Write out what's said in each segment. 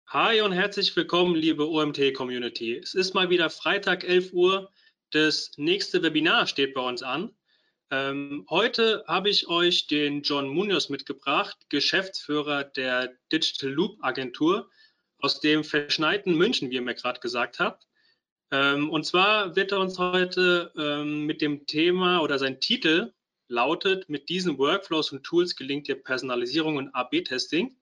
Hi und herzlich willkommen, liebe OMT-Community. Es ist mal wieder Freitag, 11 Uhr. Das nächste Webinar steht bei uns an. Heute habe ich euch den John Munoz mitgebracht, Geschäftsführer der Digital Loop Agentur aus dem verschneiten München, wie ihr mir gerade gesagt habt. Und zwar wird er uns heute mit dem Thema oder sein Titel lautet: Mit diesen Workflows und Tools gelingt dir Personalisierung und AB-Testing.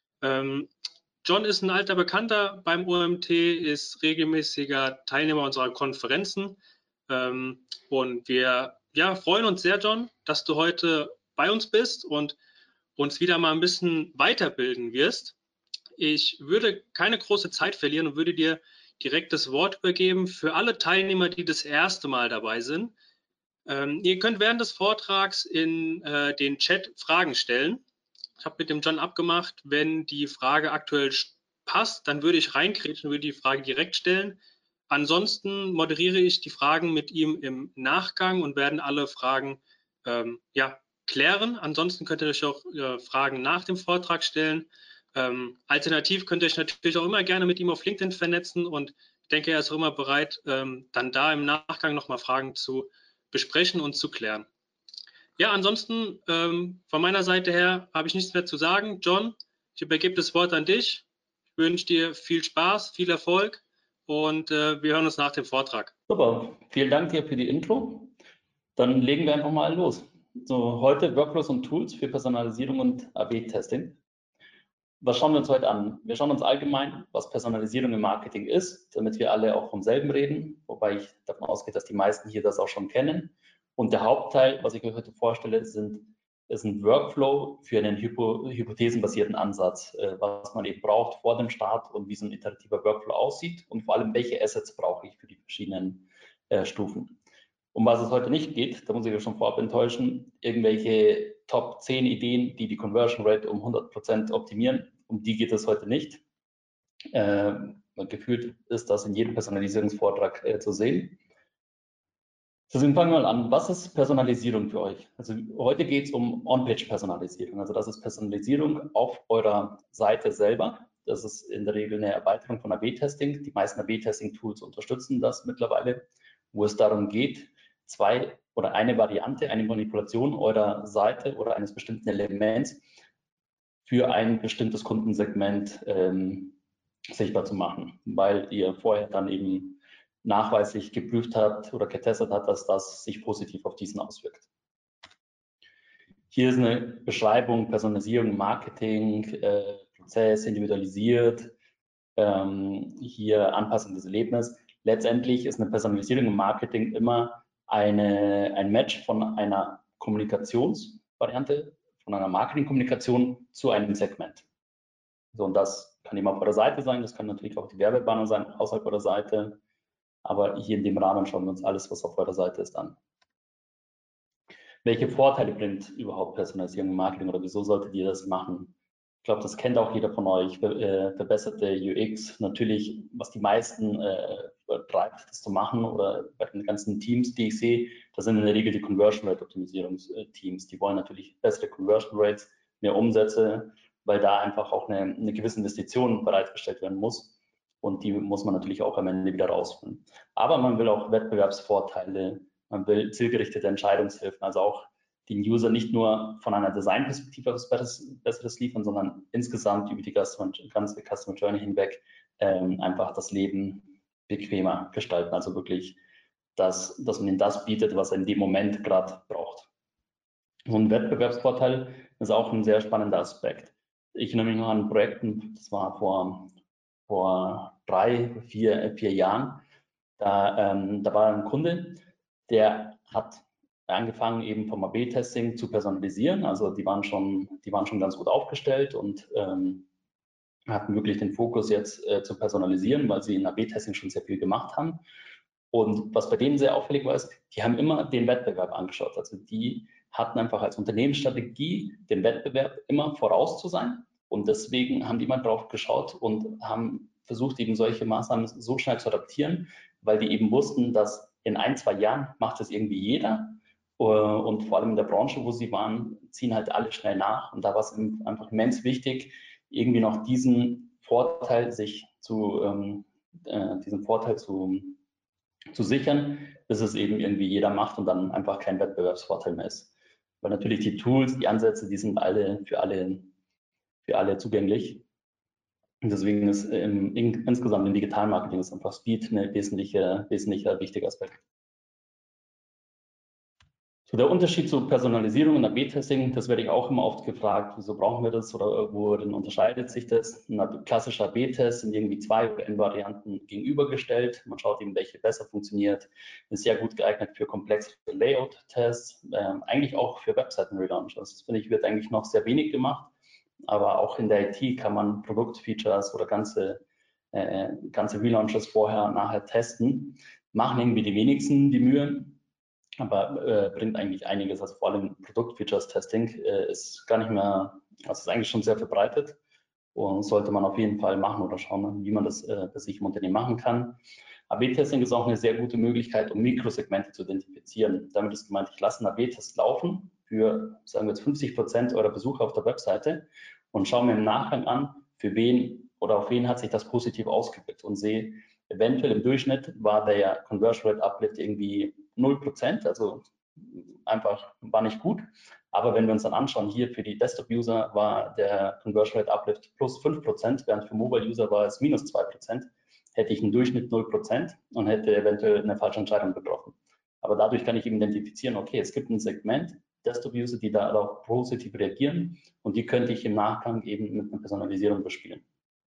John ist ein alter Bekannter beim OMT, ist regelmäßiger Teilnehmer unserer Konferenzen. Und wir freuen uns sehr, John, dass du heute bei uns bist und uns wieder mal ein bisschen weiterbilden wirst. Ich würde keine große Zeit verlieren und würde dir direkt das Wort übergeben für alle Teilnehmer, die das erste Mal dabei sind. Ihr könnt während des Vortrags in den Chat Fragen stellen. Ich habe mit dem John abgemacht, wenn die Frage aktuell passt, dann würde ich reinkrätschen und würde die Frage direkt stellen. Ansonsten moderiere ich die Fragen mit ihm im Nachgang und werden alle Fragen klären. Ansonsten könnt ihr euch auch Fragen nach dem Vortrag stellen. Alternativ könnt ihr euch natürlich auch immer gerne mit ihm auf LinkedIn vernetzen und ich denke, er ist auch immer bereit, dann da im Nachgang nochmal Fragen zu besprechen und zu klären. Ja, ansonsten von meiner Seite her habe ich nichts mehr zu sagen. John, ich übergebe das Wort an dich. Ich wünsche dir viel Spaß, viel Erfolg und wir hören uns nach dem Vortrag. Super, vielen Dank dir für die Intro. Dann legen wir einfach mal los. So, heute Workflows und Tools für Personalisierung und AB-Testing. Was schauen wir uns heute an? Wir schauen uns allgemein, was Personalisierung im Marketing ist, damit wir alle auch vom selben reden, wobei ich davon ausgehe, dass die meisten hier das auch schon kennen. Und der Hauptteil, was ich euch heute vorstelle, ist ein Workflow für einen hypothesenbasierten Ansatz, was man eben braucht vor dem Start und wie so ein iterativer Workflow aussieht und vor allem, welche Assets brauche ich für die verschiedenen Stufen. Um was es heute nicht geht, da muss ich euch schon vorab enttäuschen, irgendwelche Top 10 Ideen, die die Conversion Rate um 100% optimieren, um die geht es heute nicht. Gefühlt ist das in jedem Personalisierungsvortrag zu sehen. Deswegen fangen wir mal an. Was ist Personalisierung für euch? Also heute geht es um On-Page-Personalisierung. Also das ist Personalisierung auf eurer Seite selber. Das ist in der Regel eine Erweiterung von AB-Testing. Die meisten AB-Testing-Tools unterstützen das mittlerweile, wo es darum geht, eine Variante, eine Manipulation eurer Seite oder eines bestimmten Elements für ein bestimmtes Kundensegment sichtbar zu machen, weil ihr vorher dann eben nachweislich geprüft habt oder getestet habt, dass das sich positiv auf diesen auswirkt. Hier ist eine Beschreibung, Personalisierung, Marketing, Prozess individualisiert, hier Anpassung des Erlebnisses. Letztendlich ist eine Personalisierung im Marketing immer ein Match von einer Kommunikationsvariante, von einer Marketingkommunikation zu einem Segment. So, und das kann eben auf eurer Seite sein, das kann natürlich auch die Werbebanner sein, außerhalb eurer Seite. Aber hier in dem Rahmen schauen wir uns alles, was auf eurer Seite ist, an. Welche Vorteile bringt überhaupt Personalisierung im Marketing oder wieso solltet ihr das machen? Ich glaube, das kennt auch jeder von euch. Verbesserte UX, natürlich, was die meisten treibt, das zu machen oder bei den ganzen Teams, die ich sehe, das sind in der Regel die Conversion Rate Optimisierungsteams. Die wollen natürlich bessere Conversion Rates, mehr Umsätze, weil da einfach auch eine gewisse Investition bereitgestellt werden muss. Und die muss man natürlich auch am Ende wieder rausholen. Aber man will auch Wettbewerbsvorteile, man will zielgerichtete Entscheidungshilfen, also auch den User nicht nur von einer Designperspektive was Besseres liefern, sondern insgesamt über die ganze Customer Journey hinweg einfach das Leben bequemer gestalten. Also wirklich, dass man ihnen das bietet, was er in dem Moment gerade braucht. So ein Wettbewerbsvorteil ist auch ein sehr spannender Aspekt. Ich erinnere mich noch an Projekten, das war vor 3-4 Jahren, da war ein Kunde, der hat angefangen eben vom AB-Testing zu personalisieren, also die waren schon ganz gut aufgestellt und hatten wirklich den Fokus jetzt zu personalisieren, weil sie in AB-Testing schon sehr viel gemacht haben. Und was bei denen sehr auffällig war, ist, die haben immer den Wettbewerb angeschaut. Also die hatten einfach als Unternehmensstrategie, den Wettbewerb immer voraus zu sein. Und deswegen haben die immer drauf geschaut und haben versucht, eben solche Maßnahmen so schnell zu adaptieren, weil die eben wussten, dass in 1-2 Jahren macht das irgendwie jeder. Und vor allem in der Branche, wo sie waren, ziehen halt alle schnell nach. Und da war es einfach immens wichtig, irgendwie noch diesen Vorteil, diesen Vorteil zu sichern, bis es eben irgendwie jeder macht und dann einfach kein Wettbewerbsvorteil mehr ist. Weil natürlich die Tools, die Ansätze, die sind alle für alle zugänglich. Und deswegen ist insgesamt im Digitalmarketing ist einfach Speed ein wesentlicher wichtiger Aspekt. So, der Unterschied zu Personalisierung und A/B-Testing, das werde ich auch immer oft gefragt, wieso brauchen wir das oder worin unterscheidet sich das? Ein klassischer A/B-Test sind irgendwie 2 oder n Varianten gegenübergestellt. Man schaut eben, welche besser funktioniert. Ist sehr gut geeignet für komplexe Layout-Tests, eigentlich auch für Webseiten-Relaunch. Das finde ich, wird eigentlich noch sehr wenig gemacht, aber auch in der IT kann man Produktfeatures oder ganze Relaunches vorher, nachher testen. Machen irgendwie die wenigsten die Mühe, aber bringt eigentlich einiges. Also vor allem Produktfeatures-Testing ist gar nicht mehr, also ist eigentlich schon sehr verbreitet und sollte man auf jeden Fall machen oder schauen, wie man das bei sich im Unternehmen machen kann. A/B-Testing ist auch eine sehr gute Möglichkeit, um Mikrosegmente zu identifizieren. Damit ist gemeint, ich lasse einen A/B-Test laufen für, sagen wir jetzt 50% eurer Besucher auf der Webseite und schaue mir im Nachgang an, für wen oder auf wen hat sich das positiv ausgewirkt und sehe, eventuell im Durchschnitt war der Conversion Rate Uplift irgendwie 0%, also einfach war nicht gut. Aber wenn wir uns dann anschauen, hier für die Desktop-User war der Conversion Rate Uplift plus 5%, während für Mobile-User war es minus 2%, hätte ich einen Durchschnitt 0% und hätte eventuell eine falsche Entscheidung getroffen. Aber dadurch kann ich eben identifizieren, okay, es gibt ein Segment Desktop-User, die darauf positiv reagieren und die könnte ich im Nachgang eben mit einer Personalisierung bespielen.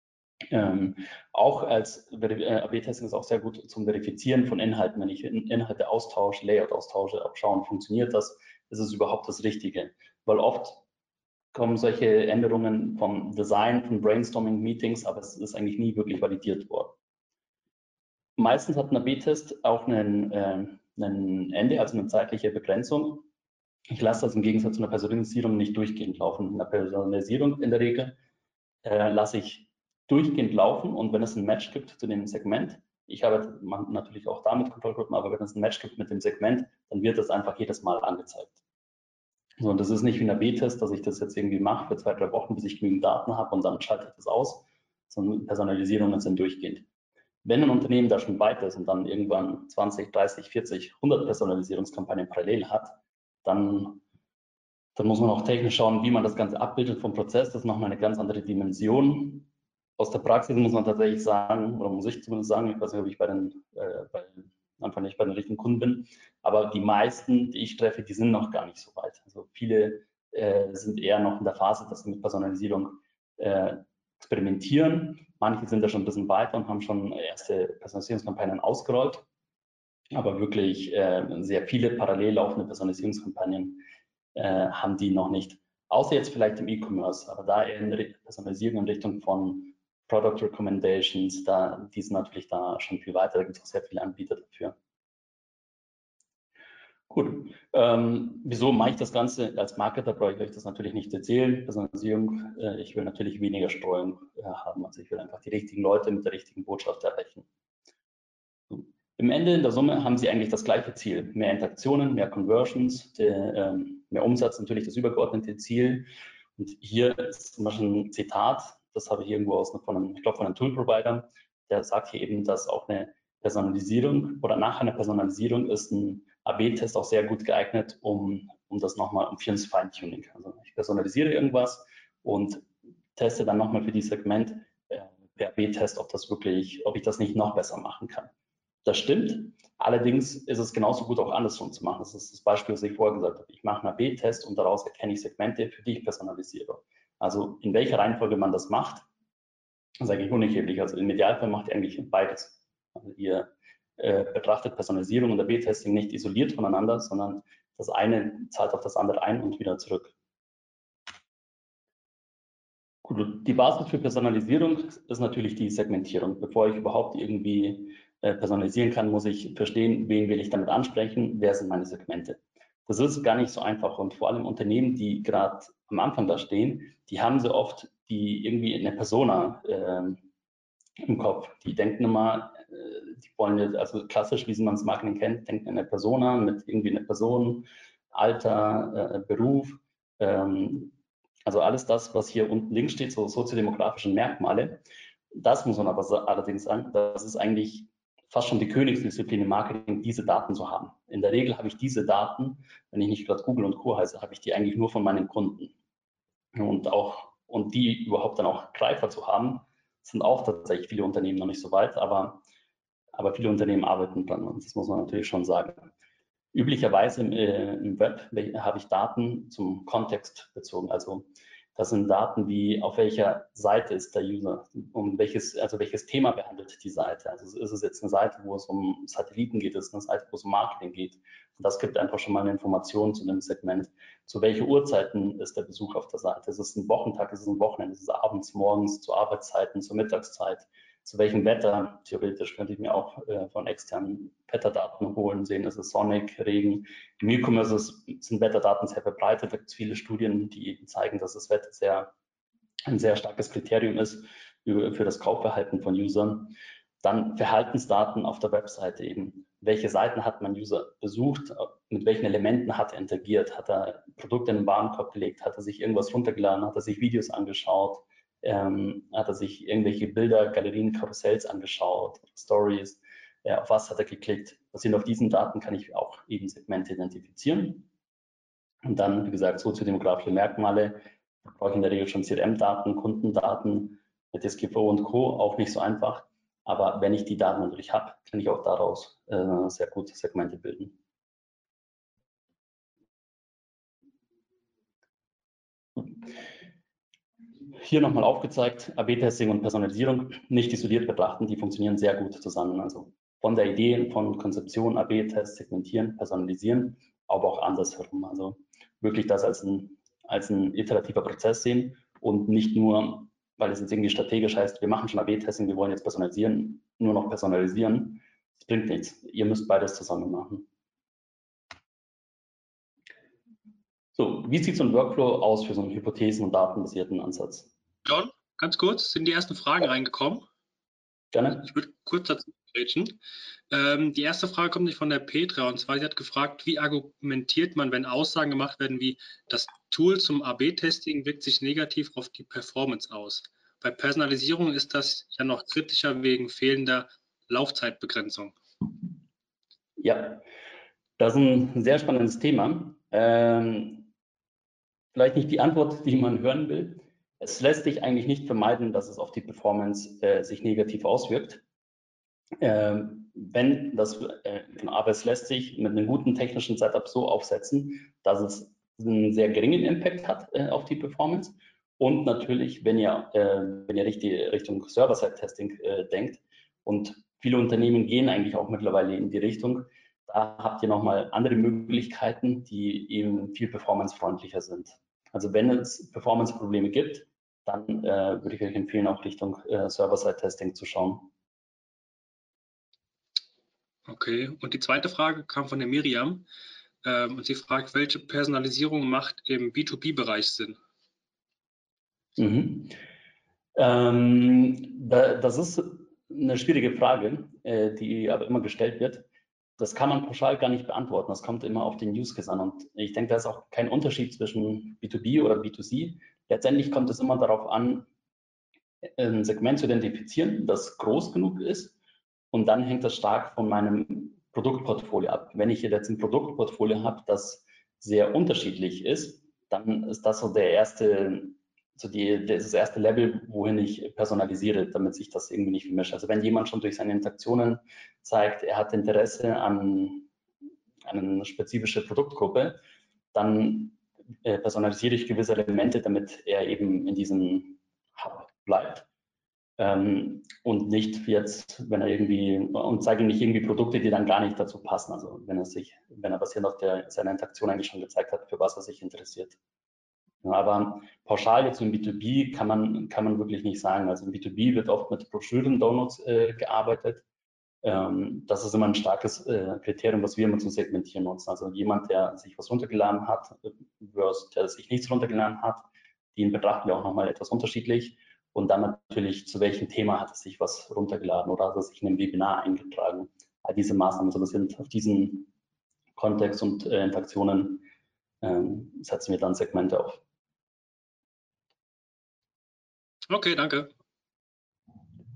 Auch als A/B-Testing ist auch sehr gut zum Verifizieren von Inhalten. Wenn ich Inhalte austausche, Layout austausche, abschauen, funktioniert das, ist es überhaupt das Richtige? Weil oft kommen solche Änderungen vom Design, von Brainstorming-Meetings, aber es ist eigentlich nie wirklich validiert worden. Meistens hat ein A/B-Test auch ein Ende, also eine zeitliche Begrenzung. Ich lasse das im Gegensatz zu einer Personalisierung nicht durchgehend laufen. In einer Personalisierung in der Regel lasse ich durchgehend laufen und wenn es ein Match gibt zu dem Segment, ich arbeite natürlich auch da mit Kontrollgruppen, aber wenn es ein Match gibt mit dem Segment, dann wird das einfach jedes Mal angezeigt. So, und das ist nicht wie ein A/B-Test, dass ich das jetzt irgendwie mache für 2, 3 Wochen, bis ich genügend Daten habe und dann schalte ich das aus, sondern Personalisierungen sind durchgehend. Wenn ein Unternehmen da schon weit ist und dann irgendwann 20, 30, 40, 100 Personalisierungskampagnen parallel hat, dann muss man auch technisch schauen, wie man das Ganze abbildet vom Prozess. Das ist nochmal eine ganz andere Dimension. Aus der Praxis muss man tatsächlich sagen, oder muss ich zumindest sagen, ich weiß nicht, ob ich einfach nicht bei den richtigen Kunden bin, aber die meisten, die ich treffe, die sind noch gar nicht so weit. Also viele sind eher noch in der Phase, dass sie mit Personalisierung experimentieren. Manche sind da schon ein bisschen weiter und haben schon erste Personalisierungskampagnen ausgerollt, aber wirklich sehr viele parallel laufende Personalisierungskampagnen haben die noch nicht. Außer jetzt vielleicht im E-Commerce, aber da eher in Personalisierung in Richtung von Product Recommendations, die sind natürlich da schon viel weiter, da gibt es auch sehr viele Anbieter dafür. Gut, wieso mache ich das Ganze? Als Marketer brauche ich euch das natürlich nicht erzählen. Personalisierung, ich will natürlich weniger Streuung haben, also ich will einfach die richtigen Leute mit der richtigen Botschaft erreichen. Im Ende, in der Summe, haben sie eigentlich das gleiche Ziel. Mehr Interaktionen, mehr Conversions, mehr Umsatz, natürlich das übergeordnete Ziel. Und hier ist zum Beispiel ein Zitat, das habe ich irgendwo von einem Tool-Provider, der sagt hier eben, dass auch eine Personalisierung oder nach einer Personalisierung ist ein A/B-Test auch sehr gut geeignet, um das nochmal fürs Feintuning. Also ich personalisiere irgendwas und teste dann nochmal für dieses Segment per A/B-Test, ob ich das nicht noch besser machen kann. Das stimmt. Allerdings ist es genauso gut auch andersrum zu machen. Das ist das Beispiel, was ich vorher gesagt habe. Ich mache einen A/B-Test und daraus erkenne ich Segmente, für die ich personalisiere. Also in welcher Reihenfolge man das macht, ist eigentlich unerheblich. Also im Idealfall macht ihr eigentlich beides. Also ihr betrachtet Personalisierung und A/B-Testing nicht isoliert voneinander, sondern das eine zahlt auf das andere ein und wieder zurück. Gut, die Basis für Personalisierung ist natürlich die Segmentierung. Bevor ich überhaupt irgendwie personalisieren kann, muss ich verstehen, wen will ich damit ansprechen, wer sind meine Segmente. Das ist gar nicht so einfach und vor allem Unternehmen, die gerade am Anfang da stehen, die haben so oft irgendwie eine Persona im Kopf. Die denken immer, die wollen, also klassisch, wie man es Marketing kennt, denken eine Persona mit irgendwie einer Person, Alter, Beruf, also alles das, was hier unten links steht, so soziodemografische Merkmale. Das muss man aber allerdings sagen, das ist eigentlich fast schon die Königsdisziplin im Marketing, diese Daten zu haben. In der Regel habe ich diese Daten, wenn ich nicht gerade Google und Co. heiße, habe ich die eigentlich nur von meinen Kunden. Und die überhaupt dann auch greifbar zu haben, sind auch tatsächlich viele Unternehmen noch nicht so weit, aber viele Unternehmen arbeiten dran und das muss man natürlich schon sagen. Üblicherweise im Web habe ich Daten zum Kontext bezogen. Also das sind Daten wie, auf welcher Seite ist der User, welches Thema behandelt die Seite. Also ist es jetzt eine Seite, wo es um Satelliten geht, ist es eine Seite, wo es um Marketing geht. Und das gibt einfach schon mal eine Information zu dem Segment. Zu welchen Uhrzeiten ist der Besuch auf der Seite? Ist es ein Wochentag, ist es ein Wochenende, ist es abends, morgens, zu Arbeitszeiten, zur Mittagszeit? Zu welchem Wetter? Theoretisch könnte ich mir auch von externen Wetterdaten holen, sehen, ist es sonnig, Regen. Im E-Commerce sind Wetterdaten sehr verbreitet. Da gibt es viele Studien, die eben zeigen, dass das Wetter ein sehr starkes Kriterium ist für das Kaufverhalten von Usern. Dann Verhaltensdaten auf der Webseite eben. Welche Seiten hat mein User besucht? Mit welchen Elementen hat er interagiert? Hat er Produkte in den Warenkorb gelegt? Hat er sich irgendwas runtergeladen? Hat er sich Videos angeschaut? Hat er sich irgendwelche Bilder, Galerien, Karussells angeschaut, Stories, auf was hat er geklickt. Basierend auf diesen Daten kann ich auch eben Segmente identifizieren. Und dann, wie gesagt, soziodemografische Merkmale, da brauche ich in der Regel schon CRM-Daten, Kundendaten, mit DSGVO und Co. auch nicht so einfach. Aber wenn ich die Daten natürlich habe, kann ich auch daraus sehr gut Segmente bilden. Hier nochmal aufgezeigt, AB-Testing und Personalisierung nicht isoliert betrachten, die funktionieren sehr gut zusammen. Also von der Idee, von Konzeption, AB-Test, segmentieren, personalisieren, aber auch andersherum. Also wirklich das als ein iterativer Prozess sehen und nicht nur, weil es jetzt irgendwie strategisch heißt, wir machen schon AB-Testing, wir wollen jetzt personalisieren, nur noch personalisieren. Das bringt nichts. Ihr müsst beides zusammen machen. So, wie sieht so ein Workflow aus für so einen hypothesen- und datenbasierten Ansatz? John, ganz kurz, sind die ersten Fragen reingekommen? Gerne. Ich würde kurz dazu sprechen. Die erste Frage kommt nicht von der Petra, und zwar, sie hat gefragt, wie argumentiert man, wenn Aussagen gemacht werden wie, das Tool zum AB-Testing wirkt sich negativ auf die Performance aus. Bei Personalisierung ist das ja noch kritischer wegen fehlender Laufzeitbegrenzung. Ja, das ist ein sehr spannendes Thema. Vielleicht nicht die Antwort, die man hören will. Es lässt sich eigentlich nicht vermeiden, dass es auf die Performance sich negativ auswirkt. Aber es lässt sich mit einem guten technischen Setup so aufsetzen, dass es einen sehr geringen Impact hat auf die Performance. Und natürlich, wenn ihr Richtung Server-Side-Testing denkt, und viele Unternehmen gehen eigentlich auch mittlerweile in die Richtung, da habt ihr nochmal andere Möglichkeiten, die eben viel performancefreundlicher sind. Also wenn es Performance-Probleme gibt, dann würde ich euch empfehlen, auch Richtung Server-Side-Testing zu schauen. Okay, und die zweite Frage kam von der Miriam und sie fragt, welche Personalisierung macht im B2B-Bereich Sinn? Das ist eine schwierige Frage, die aber immer gestellt wird. Das kann man pauschal gar nicht beantworten. Das kommt immer auf den Use Case an. Und ich denke, da ist auch kein Unterschied zwischen B2B oder B2C. Letztendlich kommt es immer darauf an, ein Segment zu identifizieren, das groß genug ist. Und dann hängt das stark von meinem Produktportfolio ab. Wenn ich jetzt ein Produktportfolio habe, das sehr unterschiedlich ist, dann ist das so das erste Level, wohin ich personalisiere, damit sich das irgendwie nicht vermischt. Also wenn jemand schon durch seine Interaktionen zeigt, er hat Interesse an eine spezifische Produktgruppe, dann personalisiere ich gewisse Elemente, damit er eben in diesem Hub bleibt. Und nicht jetzt, wenn er irgendwie, und zeige ihm nicht irgendwie Produkte, die dann gar nicht dazu passen. Also wenn er basierend auf seiner Interaktion eigentlich schon gezeigt hat, für was er sich interessiert. Ja, aber pauschal jetzt im B2B kann man wirklich nicht sagen. Also im B2B wird oft mit Broschüren-Downloads gearbeitet. Das ist immer ein starkes Kriterium, was wir immer zum Segmentieren nutzen. Also jemand, der sich was runtergeladen hat, versus der sich nichts runtergeladen hat, den betrachten wir auch nochmal etwas unterschiedlich. Und dann natürlich, zu welchem Thema hat er sich was runtergeladen oder hat er sich in einem Webinar eingetragen. All diese Maßnahmen, also basierend auf diesen Kontext und Interaktionen setzen wir dann Segmente auf. Okay, danke.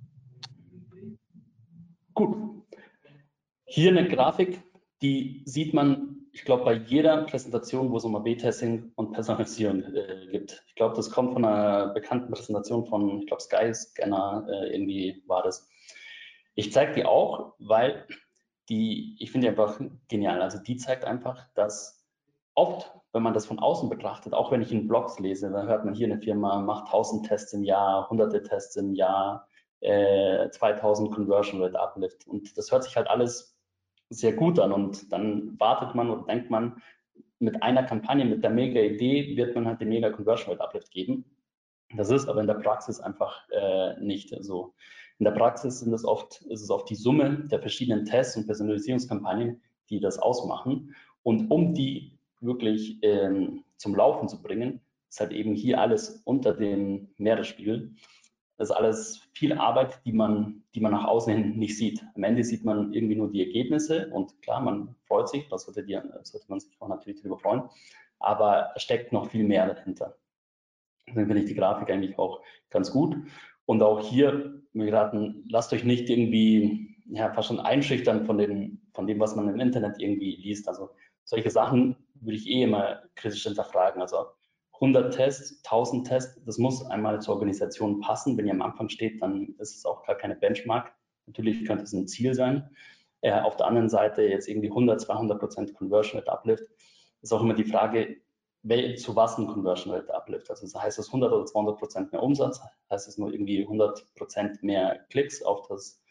Gut. Hier eine Grafik, die sieht man, ich glaube, bei jeder Präsentation, wo es um AB-Testing und Personalisierung gibt. Ich glaube, das kommt von einer bekannten Präsentation von, ich glaube, Skyscanner, irgendwie war das. Ich zeige die auch, weil ich finde die einfach genial. Also die zeigt einfach, dass oft, wenn man das von außen betrachtet, auch wenn ich in Blogs lese, da hört man hier eine Firma macht 1000 Tests im Jahr, hunderte Tests im Jahr, 2000 Conversion Rate Uplift. Und das hört sich halt alles sehr gut an. Und dann wartet man und denkt man, mit einer Kampagne, mit der Mega-Idee wird man halt den Mega-Conversion Rate Uplift geben. Das ist aber in der Praxis einfach nicht so. In der Praxis ist es oft die Summe der verschiedenen Tests und Personalisierungskampagnen, die das ausmachen. Und um die wirklich zum Laufen zu bringen, ist halt eben hier alles unter dem Meeresspiegel. Das ist alles viel Arbeit, die man nach außen hin nicht sieht. Am Ende sieht man irgendwie nur die Ergebnisse und klar, man freut sich, das sollte man sich auch natürlich darüber freuen, aber es steckt noch viel mehr dahinter. Deswegen finde ich die Grafik eigentlich auch ganz gut. Und auch hier, wir geraten, lasst euch nicht irgendwie fast schon einschüchtern von dem, was man im Internet irgendwie liest. Also solche Sachen würde ich immer kritisch hinterfragen. Also 100 Tests, 1000 Tests, das muss einmal zur Organisation passen. Wenn ihr am Anfang steht, dann ist es auch gar keine Benchmark. Natürlich könnte es ein Ziel sein. Auf der anderen Seite jetzt irgendwie 100, 200% Conversion Rate Uplift, ist auch immer die Frage, zu was ein Conversion Rate Uplift. Also heißt das 100 oder 200% mehr Umsatz? Heißt es nur irgendwie 100% mehr Klicks auf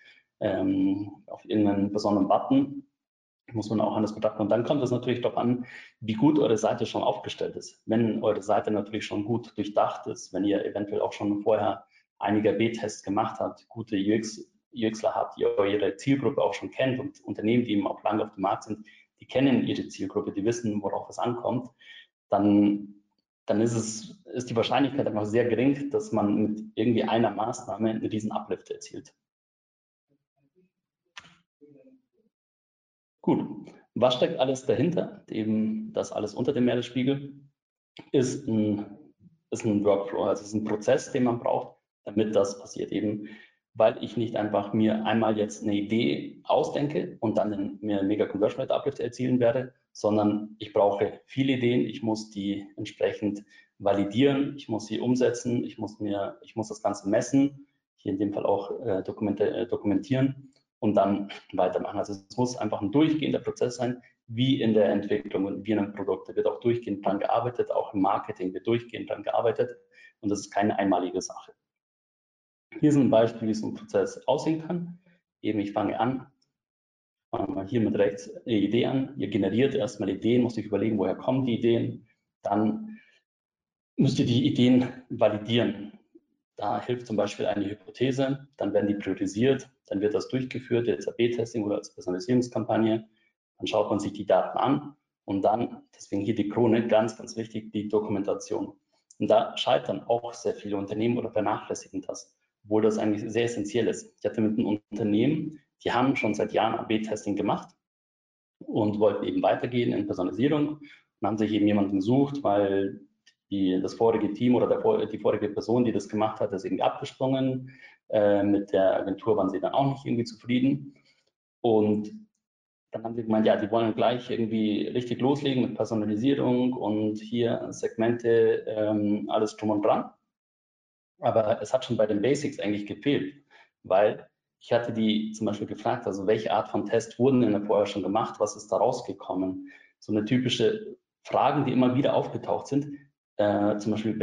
irgendeinen besonderen Button? Muss man auch anders betrachten. Und dann kommt es natürlich darauf an, wie gut eure Seite schon aufgestellt ist. Wenn eure Seite natürlich schon gut durchdacht ist, wenn ihr eventuell auch schon vorher einige B-Tests gemacht habt, gute UXler habt, die eure Zielgruppe auch schon kennt und Unternehmen, die eben auch lange auf dem Markt sind, die kennen ihre Zielgruppe, die wissen, worauf es ankommt, dann ist die Wahrscheinlichkeit einfach sehr gering, dass man mit irgendwie einer Maßnahme einen riesen Uplift erzielt. Gut, was steckt alles dahinter? Eben das alles unter dem Meeresspiegel ist ein Workflow, also ist ein Prozess, den man braucht, damit das passiert. Eben, weil ich nicht einfach mir einmal jetzt eine Idee ausdenke und dann mir einen Mega Conversion Rate Uplift erzielen werde, sondern ich brauche viele Ideen, ich muss die entsprechend validieren, ich muss sie umsetzen, ich muss das Ganze messen, hier in dem Fall auch dokumentieren und dann weitermachen. Also es muss einfach ein durchgehender Prozess sein, wie in der Entwicklung und wie in einem Produkt. Da wird auch durchgehend dran gearbeitet, auch im Marketing wird durchgehend dran gearbeitet und das ist keine einmalige Sache. Hier ist ein Beispiel, wie so ein Prozess aussehen kann. Eben, ich fange mal hier mit rechts eine Idee an. Ihr generiert erstmal Ideen, müsst euch überlegen, woher kommen die Ideen. Dann müsst ihr die Ideen validieren. Da hilft zum Beispiel eine Hypothese, dann werden die priorisiert, dann wird das durchgeführt, jetzt AB-Testing oder als Personalisierungskampagne. Dann schaut man sich die Daten an und dann, deswegen hier die Krone, ganz, ganz wichtig, die Dokumentation. Und da scheitern auch sehr viele Unternehmen oder vernachlässigen das, obwohl das eigentlich sehr essentiell ist. Ich hatte mit einem Unternehmen, die haben schon seit Jahren AB-Testing gemacht und wollten eben weitergehen in Personalisierung und haben sich eben jemanden gesucht, weil das vorige Team oder die vorige Person, die das gemacht hat, ist irgendwie abgesprungen. Mit der Agentur waren sie dann auch nicht irgendwie zufrieden. Und dann haben sie gemeint, ja, die wollen gleich irgendwie richtig loslegen mit Personalisierung und hier Segmente, alles drum und dran. Aber es hat schon bei den Basics eigentlich gefehlt, weil ich hatte die zum Beispiel gefragt, also welche Art von Test wurden denn vorher schon gemacht, was ist da rausgekommen? So eine typische Fragen, die immer wieder aufgetaucht sind, zum Beispiel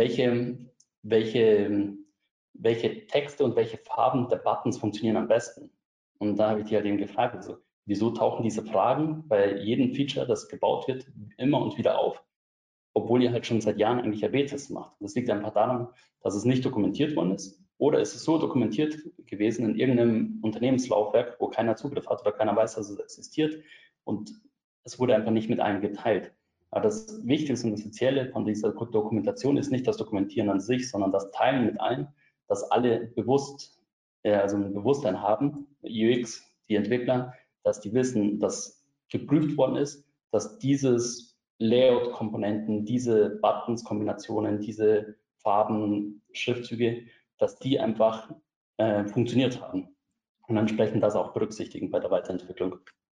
welche Texte und welche Farben der Buttons funktionieren am besten? Und da habe ich die halt eben gefragt, also, wieso tauchen diese Fragen bei jedem Feature, das gebaut wird, immer und wieder auf, obwohl ihr halt schon seit Jahren eigentlich AB-Tests macht. Das liegt einfach daran, dass es nicht dokumentiert worden ist oder es ist so dokumentiert gewesen in irgendeinem Unternehmenslaufwerk, wo keiner Zugriff hat oder keiner weiß, dass es existiert und es wurde einfach nicht mit allen geteilt. Aber das Wichtigste und Essentielle von dieser Dokumentation ist nicht das Dokumentieren an sich, sondern das Teilen mit allen, dass alle also ein Bewusstsein haben, UX, die Entwickler, dass die wissen, dass geprüft worden ist, dass dieses Layout-Komponenten, diese Buttons-Kombinationen, diese Farben, Schriftzüge, dass die einfach funktioniert haben. und entsprechend das auch berücksichtigen bei der Weiterentwicklung.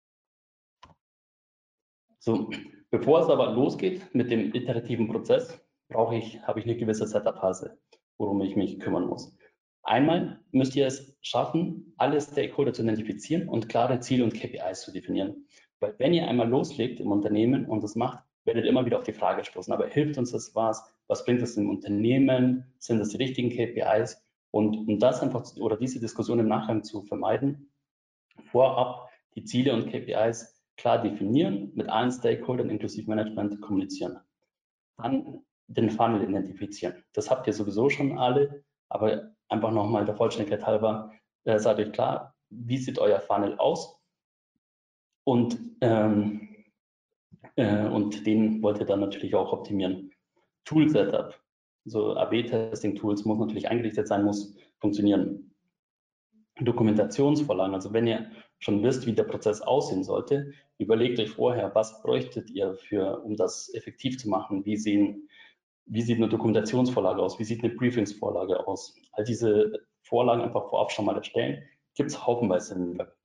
So, bevor es aber losgeht mit dem iterativen Prozess, habe ich eine gewisse Setup-Phase, worum ich mich kümmern muss. Einmal müsst ihr es schaffen, alle Stakeholder zu identifizieren und klare Ziele und KPIs zu definieren. Weil wenn ihr einmal loslegt im Unternehmen und das macht, werdet ihr immer wieder auf die Frage stoßen, aber hilft uns das was? Was bringt es dem Unternehmen? Sind das die richtigen KPIs? Und um das einfach oder diese Diskussion im Nachgang zu vermeiden, vorab die Ziele und KPIs klar definieren, mit allen Stakeholdern inklusive Management kommunizieren. Dann den Funnel identifizieren. Das habt ihr sowieso schon alle, aber einfach nochmal der Vollständigkeit halber, seid euch klar, wie sieht euer Funnel aus? Und den wollt ihr dann natürlich auch optimieren. Tool-Setup, so AB-Testing-Tools muss natürlich eingerichtet sein, muss funktionieren. Dokumentationsvorlagen, also wenn ihr schon wisst, wie der Prozess aussehen sollte, überlegt euch vorher, was bräuchtet ihr um das effektiv zu machen, wie sieht eine Dokumentationsvorlage aus, wie sieht eine Briefingsvorlage aus. All diese Vorlagen einfach vorab schon mal erstellen, gibt es haufenweise im Web.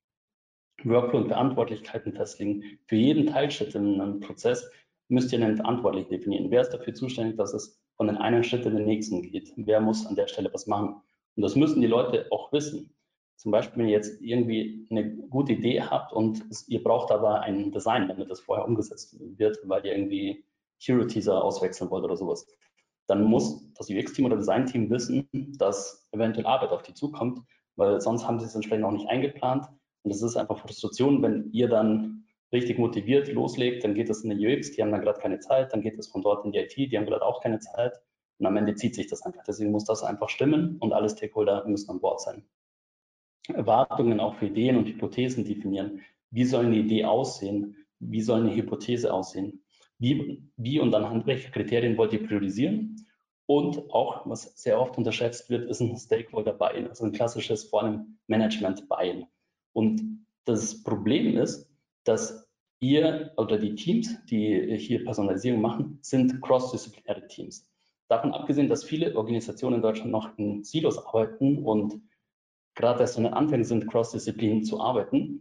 Workflow und Verantwortlichkeiten festlegen. Für jeden Teilschritt in einem Prozess müsst ihr einen Verantwortlichen definieren. Wer ist dafür zuständig, dass es von den einen Schritt in den nächsten geht? Wer muss an der Stelle was machen? Und das müssen die Leute auch wissen. Zum Beispiel, wenn ihr jetzt irgendwie eine gute Idee habt und ihr braucht aber ein Design, damit das vorher umgesetzt wird, weil ihr irgendwie Hero-Teaser auswechseln wollt oder sowas, dann muss das UX-Team oder Design-Team wissen, dass eventuell Arbeit auf die zukommt, weil sonst haben sie es entsprechend auch nicht eingeplant. Und das ist einfach Frustration, wenn ihr dann richtig motiviert loslegt, dann geht es in die UX, die haben dann gerade keine Zeit, dann geht es von dort in die IT, die haben gerade auch keine Zeit und am Ende zieht sich das einfach. Deswegen muss das einfach stimmen und alle Stakeholder müssen an Bord sein. Erwartungen auch für Ideen und Hypothesen definieren. Wie soll eine Idee aussehen? Wie soll eine Hypothese aussehen? Wie und anhand welcher Kriterien wollt ihr priorisieren? Und auch, was sehr oft unterschätzt wird, ist ein Stakeholder-Buy-in, also ein klassisches, vor allem Management-Buy-in. Und das Problem ist, dass ihr oder die Teams, die hier Personalisierung machen, sind cross-disziplinäre Teams. Davon abgesehen, dass viele Organisationen in Deutschland noch in Silos arbeiten und gerade erst an den Anfängen sind, cross-disziplin zu arbeiten,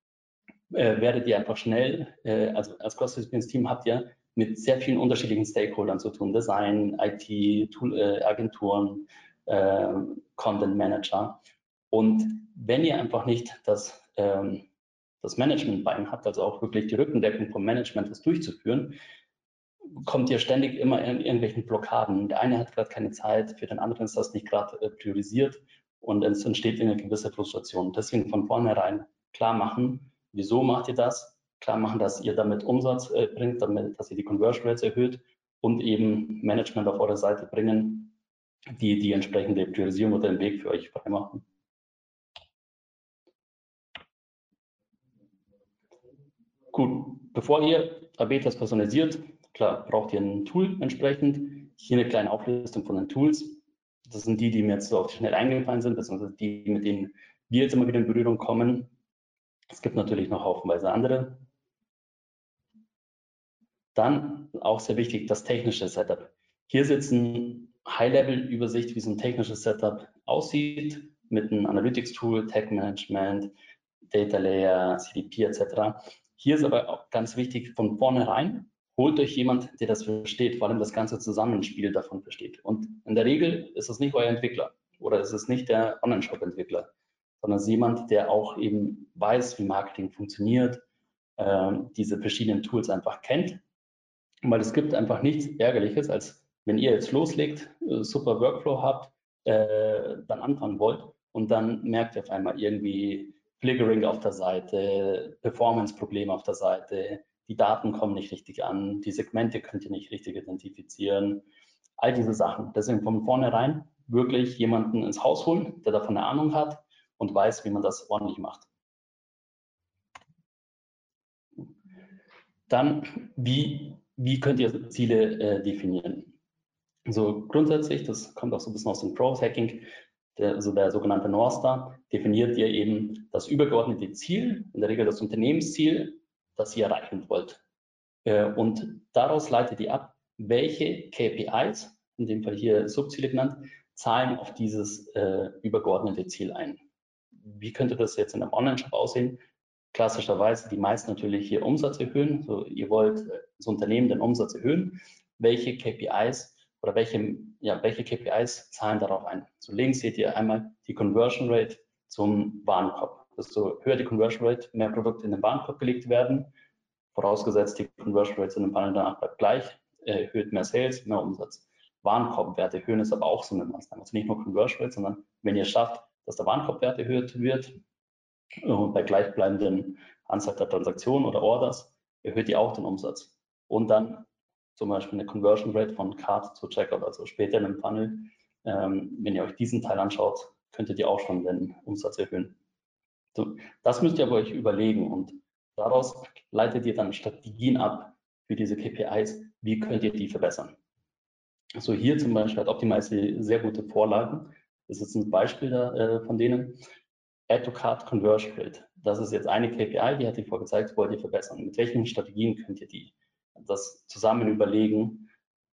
werdet ihr einfach schnell, also als Cross-Disziplins-Team habt ihr mit sehr vielen unterschiedlichen Stakeholdern zu tun, Design, IT, Agenturen, Content Manager. Und wenn ihr einfach nicht das Management bei ihm habt, also auch wirklich die Rückendeckung vom Management, das durchzuführen, kommt ihr ständig immer in irgendwelchen Blockaden. Der eine hat gerade keine Zeit, für den anderen ist das nicht gerade priorisiert und es entsteht eine gewisse Frustration. Deswegen von vornherein klar machen, wieso macht ihr das? Klar machen, dass ihr damit Umsatz bringt, dass ihr die Conversion Rates erhöht und eben Management auf eure Seite bringen, die entsprechende Priorisierung oder den Weg für euch freimachen. Gut, bevor ihr AB-Tests personalisiert, klar, braucht ihr ein Tool entsprechend. Hier eine kleine Auflistung von den Tools. Das sind die mir jetzt so auf die schnell eingefallen sind, beziehungsweise die, mit denen wir jetzt immer wieder in Berührung kommen. Es gibt natürlich noch haufenweise andere. Dann auch sehr wichtig, das technische Setup. Hier sitzt eine High-Level-Übersicht, wie so ein technisches Setup aussieht, mit einem Analytics-Tool, Tag-Management, Data Layer, CDP etc. Hier ist aber auch ganz wichtig, von vornherein, holt euch jemand, der das versteht, vor allem das ganze Zusammenspiel davon versteht. Und in der Regel ist es nicht euer Entwickler oder ist es nicht der Online-Shop-Entwickler, sondern es ist jemand, der auch eben weiß, wie Marketing funktioniert, diese verschiedenen Tools einfach kennt. Weil es gibt einfach nichts Ärgerliches, als wenn ihr jetzt loslegt, super Workflow habt, dann anfangen wollt und dann merkt ihr auf einmal irgendwie Flickering auf der Seite, Performance-Probleme auf der Seite, die Daten kommen nicht richtig an, die Segmente könnt ihr nicht richtig identifizieren, all diese Sachen. Deswegen von vornherein wirklich jemanden ins Haus holen, der davon eine Ahnung hat und weiß, wie man das ordentlich macht. Dann, wie könnt ihr Ziele definieren? Also grundsätzlich, das kommt auch so ein bisschen aus dem Growth-Hacking, der sogenannte North Star, definiert ihr eben das übergeordnete Ziel, in der Regel das Unternehmensziel, das ihr erreichen wollt. Und daraus leitet ihr ab, welche KPIs, in dem Fall hier Subziele genannt, zahlen auf dieses übergeordnete Ziel ein. wie könnte das jetzt in einem Online-Shop aussehen? Klassischerweise die meisten natürlich hier Umsatz erhöhen. So, ihr wollt das Unternehmen den Umsatz erhöhen. Welche KPIs oder welche KPIs zahlen darauf ein? So links seht ihr einmal die Conversion Rate zum Warenkorb. Desto höher die Conversion Rate, mehr Produkte in den Warenkorb gelegt werden. Vorausgesetzt, die Conversion Rate in dem Funnel danach bleibt gleich, erhöht mehr Sales, mehr Umsatz. Warenkorbwert erhöhen ist aber auch so eine Maßnahme. Also nicht nur Conversion Rate, sondern wenn ihr schafft, dass der Warenkorbwert erhöht wird, bei gleichbleibenden Anzahl der Transaktionen oder Orders, erhöht ihr auch den Umsatz. Und dann zum Beispiel eine Conversion Rate von Cart zu Checkout, also später in dem Funnel. Wenn ihr euch diesen Teil anschaut, könntet ihr auch schon den Umsatz erhöhen. So, das müsst ihr aber euch überlegen und daraus leitet ihr dann Strategien ab für diese KPIs. Wie könnt ihr die verbessern? So, hier zum Beispiel hat Optimize sehr gute Vorlagen. Das ist ein Beispiel von denen. Add to Cart Conversion Rate. Das ist jetzt eine KPI, die hat die vorgezeigt, wollt ihr verbessern. Mit welchen Strategien könnt ihr das zusammen überlegen?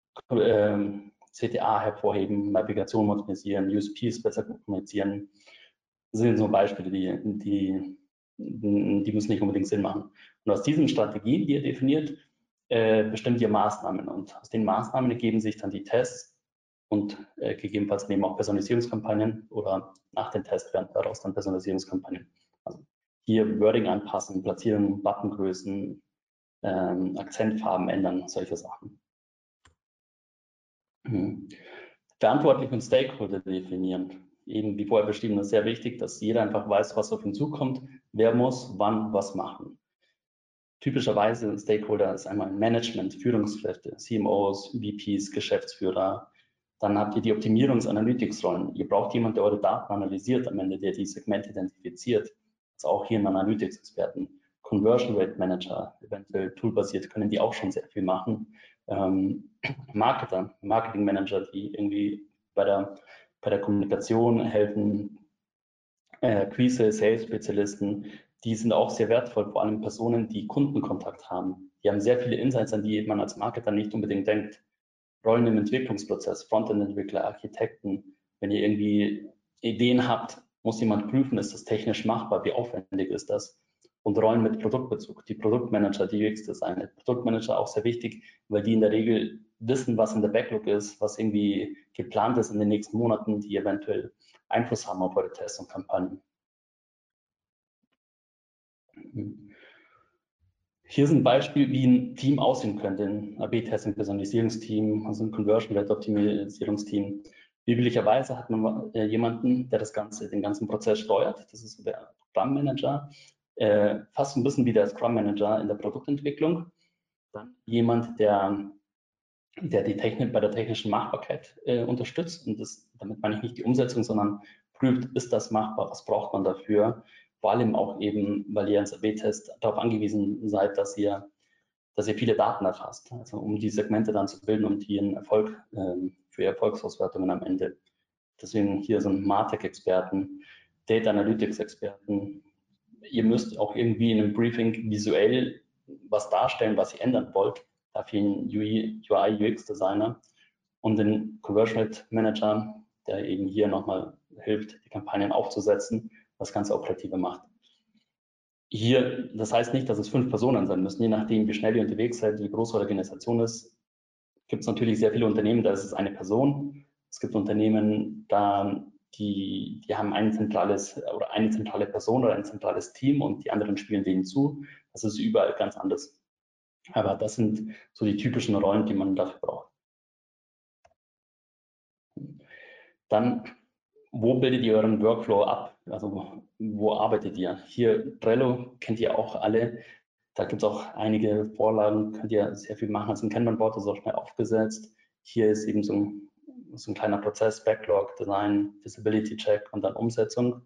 CTA hervorheben, Navigation modernisieren, USPs besser kommunizieren. Das sind so Beispiele, die müssen nicht unbedingt Sinn machen. Und aus diesen Strategien, die ihr definiert, bestimmt ihr Maßnahmen. Und aus den Maßnahmen ergeben sich dann die Tests und gegebenenfalls eben auch Personalisierungskampagnen oder nach den Tests werden daraus dann Personalisierungskampagnen. Also hier Wording anpassen, Platzierung, Buttongrößen, Akzentfarben ändern, solche Sachen. Verantwortlich und Stakeholder definieren. Eben wie vorher beschrieben, ist sehr wichtig, dass jeder einfach weiß, was auf ihn zukommt, wer muss wann was machen. Typischerweise Stakeholder ist einmal Management, Führungskräfte, CMOs, VPs, Geschäftsführer. Dann habt ihr die Optimierungs-Analytics-Rollen. Ihr braucht jemanden, der eure Daten analysiert, am Ende der die Segmente identifiziert. Also auch hier ein Analytics-Experten. Conversion Rate Manager, eventuell toolbasiert, können die auch schon sehr viel machen. Marketer, Marketing Manager, die irgendwie bei der Kommunikation helfen. Quise, Sales-Spezialisten, die sind auch sehr wertvoll, vor allem Personen, die Kundenkontakt haben. Die haben sehr viele Insights, an die man als Marketer nicht unbedingt denkt. Rollen im Entwicklungsprozess, Frontend-Entwickler, Architekten. Wenn ihr irgendwie Ideen habt, muss jemand prüfen, ist das technisch machbar, wie aufwendig ist das? Und Rollen mit Produktbezug, die Produktmanager, die UX-Designer. Produktmanager auch sehr wichtig, weil die in der Regel wissen, was in der Backlog ist, was irgendwie geplant ist in den nächsten Monaten, die eventuell Einfluss haben auf eure Tests und Kampagnen. Hier ist ein Beispiel, wie ein Team aussehen könnte, ein AB-Testing Personalisierungsteam, also ein Conversion Rate Optimierungsteam. Üblicherweise hat man jemanden, der den ganzen Prozess steuert. Das ist der Scrum Manager, fast ein bisschen wie der Scrum Manager in der Produktentwicklung. Dann jemand, der die Technik bei der technischen Machbarkeit unterstützt. Und damit meine ich nicht die Umsetzung, sondern prüft, ist das machbar, was braucht man dafür? Vor allem auch eben, weil ihr als AB-Test darauf angewiesen seid, dass ihr viele Daten erfasst, also um die Segmente dann zu bilden und ihren Erfolg für Erfolgsauswertungen am Ende. Deswegen hier so ein Martech-Experten, Data Analytics-Experten. Ihr müsst auch irgendwie in einem Briefing visuell was darstellen, was ihr ändern wollt. Dafür einen UI, UX-Designer und den Conversion Rate Manager, der eben hier nochmal hilft, die Kampagnen aufzusetzen, das Ganze operativer macht. Hier, das heißt nicht, dass es 5 Personen sein müssen, je nachdem, wie schnell ihr unterwegs seid, wie groß eure Organisation ist. Gibt es natürlich sehr viele Unternehmen, da ist es eine Person. Es gibt Unternehmen, die haben eine zentrale Person oder ein zentrales Team und die anderen spielen denen zu. Das ist überall ganz anders. Aber das sind so die typischen Rollen, die man dafür braucht. Dann, wo bildet ihr euren Workflow ab? Also wo arbeitet ihr? Hier Trello kennt ihr auch alle. Da gibt es auch einige Vorlagen, könnt ihr sehr viel machen. Also ein Kanban-Board ist auch schnell aufgesetzt. Hier ist eben so ein kleiner Prozess, Backlog, Design, Visibility Check und dann Umsetzung.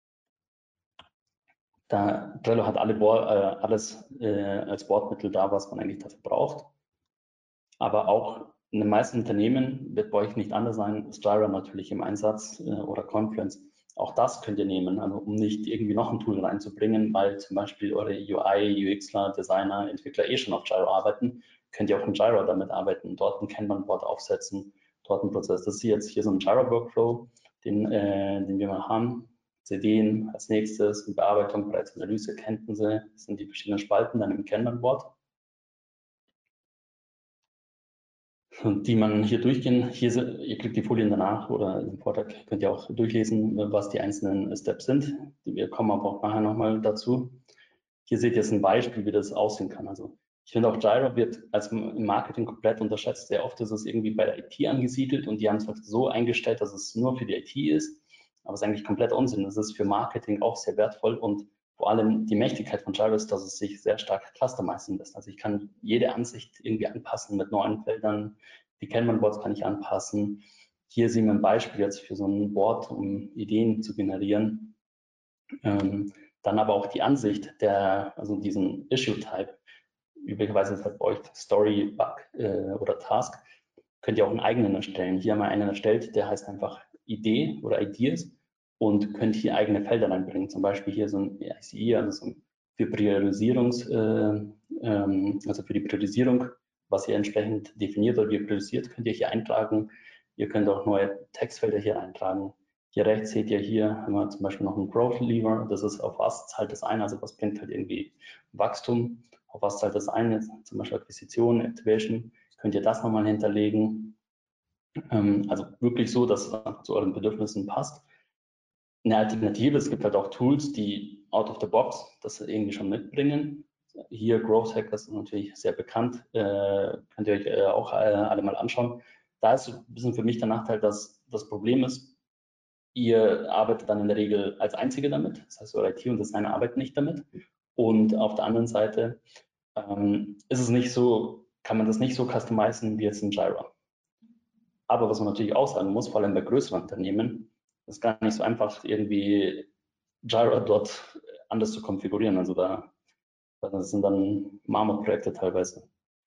Trello hat alles als Bordmittel da, was man eigentlich dafür braucht. Aber auch in den meisten Unternehmen wird bei euch nicht anders sein, ist Jira natürlich im Einsatz oder Confluence. Auch das könnt ihr nehmen, also um nicht irgendwie noch ein Tool reinzubringen, weil zum Beispiel eure UI, UXler, Designer, Entwickler schon auf Jira arbeiten, könnt ihr auch in Jira damit arbeiten, dort ein Kanban-Board aufsetzen, dort ein Prozess. Das ist jetzt hier so ein Jira-Workflow, den wir mal haben. Ideen als nächstes, Bearbeitung, bereits Analyse, Kenntnisse, das sind die verschiedenen Spalten dann im Kanban-Board. Und die man hier durchgehen, ihr kriegt die Folien danach oder im Vortrag könnt ihr auch durchlesen, was die einzelnen Steps sind. Wir kommen aber auch nachher nochmal dazu. Hier seht ihr jetzt ein Beispiel, wie das aussehen kann. Also ich finde auch Jira wird als im Marketing komplett unterschätzt. Sehr oft ist es irgendwie bei der IT angesiedelt und die haben es so eingestellt, dass es nur für die IT ist. Aber es ist eigentlich komplett Unsinn. Es ist für Marketing auch sehr wertvoll und vor allem die Mächtigkeit von Jira ist, dass es sich sehr stark customizen lässt. Also ich kann jede Ansicht irgendwie anpassen mit neuen Feldern. Die Kanban-Boards kann ich anpassen. Hier sehen wir ein Beispiel jetzt für so ein Board, um Ideen zu generieren. Dann aber auch die Ansicht also diesen Issue-Type. Üblicherweise ist halt bei euch Story, Bug oder Task. Könnt ihr auch einen eigenen erstellen. Hier haben wir einen erstellt, der heißt einfach Idee oder Ideas und könnt hier eigene Felder reinbringen. Zum Beispiel hier so ein ICE, also so für also für die Priorisierung, was ihr entsprechend definiert oder wie ihr priorisiert, könnt ihr hier eintragen. Ihr könnt auch neue Textfelder hier eintragen. Hier rechts seht ihr hier, haben wir zum Beispiel noch einen Growth Lever. Das ist, auf was zahlt das ein, also was bringt halt irgendwie Wachstum, auf was zahlt das ein, jetzt zum Beispiel Akquisition, Activation. Könnt ihr das nochmal hinterlegen. Also wirklich so, dass es zu euren Bedürfnissen passt. Eine Alternative, es gibt halt auch Tools, die out of the box das irgendwie schon mitbringen. Hier Growth Hackers ist natürlich sehr bekannt, könnt ihr euch auch alle mal anschauen. Da ist ein bisschen für mich der Nachteil, dass das Problem ist, ihr arbeitet dann in der Regel als Einzige damit, das heißt, eure IT und Designer arbeiten nicht damit. Und auf der anderen Seite ist es nicht so, kann man das nicht so customizen wie jetzt in Jira. Aber was man natürlich auch sagen muss, vor allem bei größeren Unternehmen, ist gar nicht so einfach, irgendwie Jira dort anders zu konfigurieren. Also das sind dann Mammutprojekte teilweise.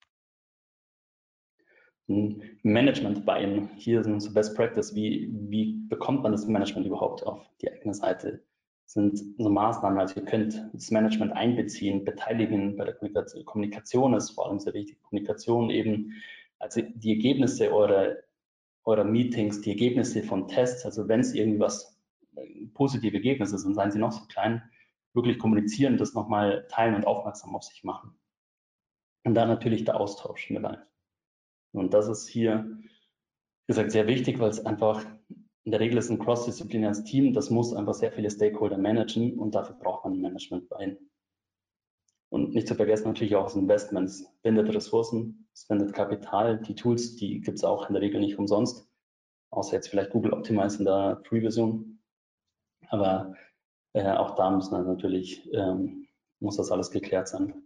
Management Buy-in. Hier sind so Best Practice. Wie bekommt man das Management überhaupt auf die eigene Seite? Das sind so Maßnahmen, also ihr könnt das Management einbeziehen, beteiligen bei der Kommunikation ist vor allem sehr wichtig. Kommunikation eben, also die Ergebnisse eurer Meetings, die Ergebnisse von Tests, also wenn es irgendwas positive Ergebnisse sind, seien sie noch so klein, wirklich kommunizieren, das nochmal teilen und aufmerksam auf sich machen. Und dann natürlich der Austausch mit allen. Und das ist hier, wie gesagt, sehr wichtig, weil es einfach in der Regel ist ein cross-disziplinäres Team, das muss einfach sehr viele Stakeholder managen und dafür braucht man ein Management bei. Und nicht zu vergessen natürlich auch das Investment. Es bindet Ressourcen, es bindet Kapital. Die Tools, die gibt es auch in der Regel nicht umsonst, außer jetzt vielleicht Google Optimize in der Free-Version. Aber auch da muss das alles geklärt sein.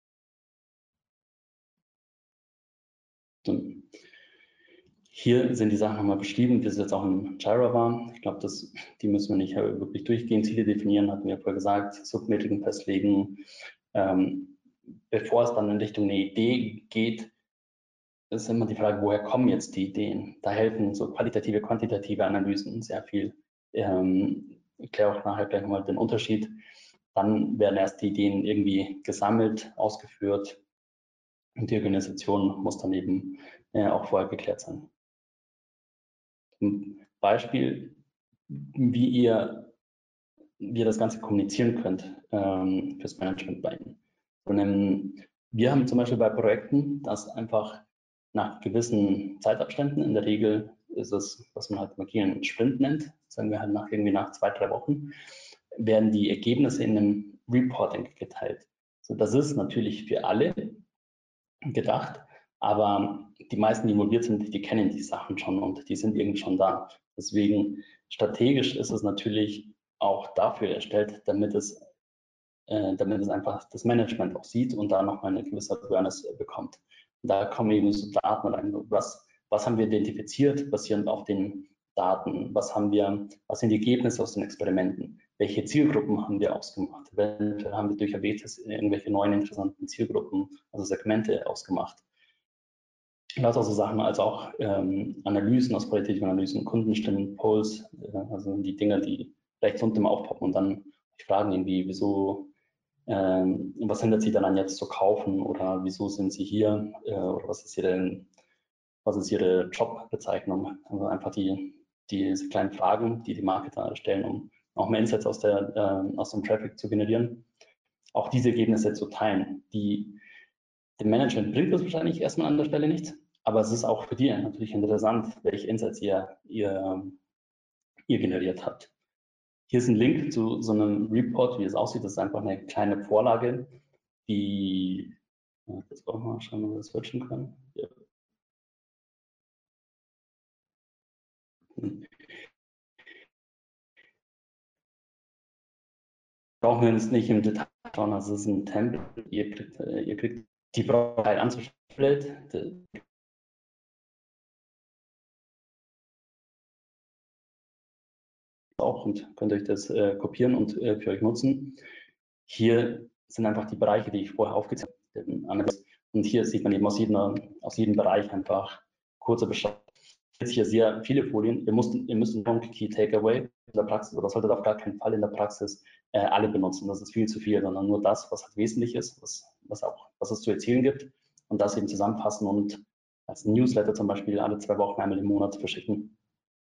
Und hier sind die Sachen nochmal beschrieben, wie es jetzt auch in Jira war. Ich glaube, die müssen wir nicht wirklich durchgehen. Ziele definieren, hatten wir vorher gesagt, Submetriken festlegen. Bevor es dann in Richtung eine Idee geht, ist immer die Frage, woher kommen jetzt die Ideen? Da helfen so qualitative, quantitative Analysen sehr viel. Ich erkläre auch nachher gleich nochmal den Unterschied. Dann werden erst die Ideen irgendwie gesammelt, ausgeführt und die Organisation muss dann eben auch vorher geklärt sein. Ein Beispiel, wie ihr das Ganze kommunizieren könnt fürs Management bei Ihnen. Und, wir haben zum Beispiel bei Projekten, dass einfach nach gewissen Zeitabständen, in der Regel ist es, was man halt im agilen Sprint nennt, sagen wir halt nach 2-3 Wochen, werden die Ergebnisse in einem Reporting geteilt. So, das ist natürlich für alle gedacht, aber die meisten, die involviert sind, die kennen die Sachen schon und die sind irgendwie schon da. Deswegen strategisch ist es natürlich auch dafür erstellt, damit es einfach das Management auch sieht und da nochmal eine gewisse Awareness bekommt. Und da kommen eben so Daten rein. Was haben wir identifiziert basierend auf den Daten? Was sind die Ergebnisse aus den Experimenten? Welche Zielgruppen haben wir ausgemacht? Eventuell haben wir durch ABTs irgendwelche neuen interessanten Zielgruppen, also Segmente ausgemacht. Lauter so Sachen als auch Analysen aus qualitativen Analysen, Kundenstimmen, Polls, also die Dinge, die rechts unten immer aufpoppen und dann fragen irgendwie, wieso, was hindert Sie daran jetzt zu kaufen oder wieso sind Sie hier oder was ist Ihre Jobbezeichnung? Also einfach diese kleinen Fragen, die die Marketer stellen, um auch mehr Insights aus dem Traffic zu generieren, auch diese Ergebnisse zu teilen. Dem Management bringt das wahrscheinlich erstmal an der Stelle nichts, aber es ist auch für die natürlich interessant, welche Insights ihr generiert habt. Hier ist ein Link zu so einem Report, wie es aussieht. Das ist einfach eine kleine Vorlage, die, jetzt wollen wir mal schauen, ob wir das switchen können. Ja. Brauchen wir uns nicht im Detail schauen, das ist ein Template, ihr kriegt die Brauchheit anzuschauen. Auch und könnt euch das kopieren und für euch nutzen. Hier sind einfach die Bereiche, die ich vorher aufgezählt habe. Und hier sieht man eben aus jedem Bereich einfach kurze Beschreibung. Jetzt hier sehr viele Folien. Ihr müsst einen Key Takeaway in der Praxis oder solltet auf gar keinen Fall in der Praxis alle benutzen. Das ist viel zu viel, sondern nur das, was halt wesentlich ist, was es zu erzählen gibt und das eben zusammenfassen und als Newsletter zum Beispiel alle 2 Wochen einmal im Monat verschicken.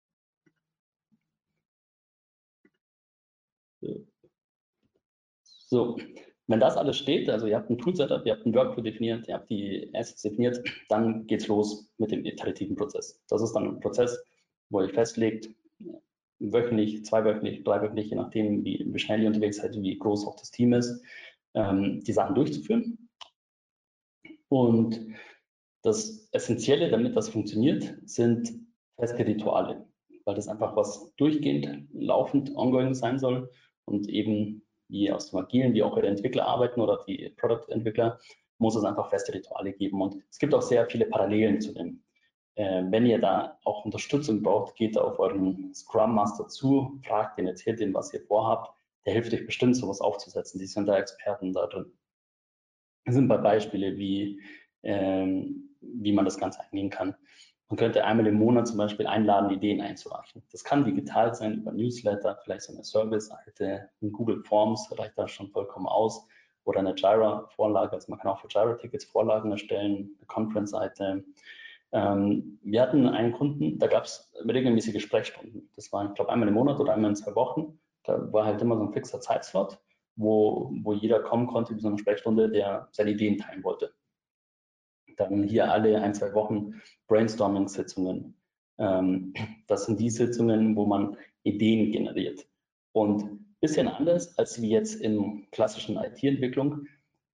So, wenn das alles steht, also ihr habt ein Tool-Setup, ihr habt ein Workflow definiert, ihr habt die Assets definiert, dann geht's los mit dem iterativen Prozess. Das ist dann ein Prozess, wo ihr festlegt, wöchentlich, 2-wöchentlich, 3-wöchentlich, je nachdem, wie schnell ihr unterwegs seid, wie groß auch das Team ist, die Sachen durchzuführen. Und das Essentielle, damit das funktioniert, sind feste Rituale, weil das einfach was durchgehend, laufend, ongoing sein soll und eben wie aus dem Agilen, wie auch eure Entwickler arbeiten oder die Product-Entwickler, muss es einfach feste Rituale geben. Und es gibt auch sehr viele Parallelen zu dem. Wenn ihr da auch Unterstützung braucht, geht auf euren Scrum Master zu, fragt ihn, erzählt ihm, was ihr vorhabt. Der hilft euch bestimmt, sowas aufzusetzen. Die sind da Experten da drin. Das sind ein paar Beispiele, wie man das Ganze angehen kann. Man könnte einmal im Monat zum Beispiel einladen, Ideen einzureichen. Das kann digital sein, über Newsletter, vielleicht so eine Service-Seite, in Google Forms reicht da schon vollkommen aus oder eine Jira-Vorlage. Also man kann auch für Jira-Tickets Vorlagen erstellen, eine Conference-Seite. Wir hatten einen Kunden, da gab es regelmäßige Sprechstunden. Das war, ich glaube, einmal im Monat oder einmal in 2 Wochen. Da war halt immer so ein fixer Zeitslot, wo jeder kommen konnte in so eine Sprechstunde, der seine Ideen teilen wollte. Dann hier alle 1-2 Wochen Brainstorming-Sitzungen. Das sind die Sitzungen, wo man Ideen generiert. Und ein bisschen anders als wie jetzt in klassischen IT-Entwicklung.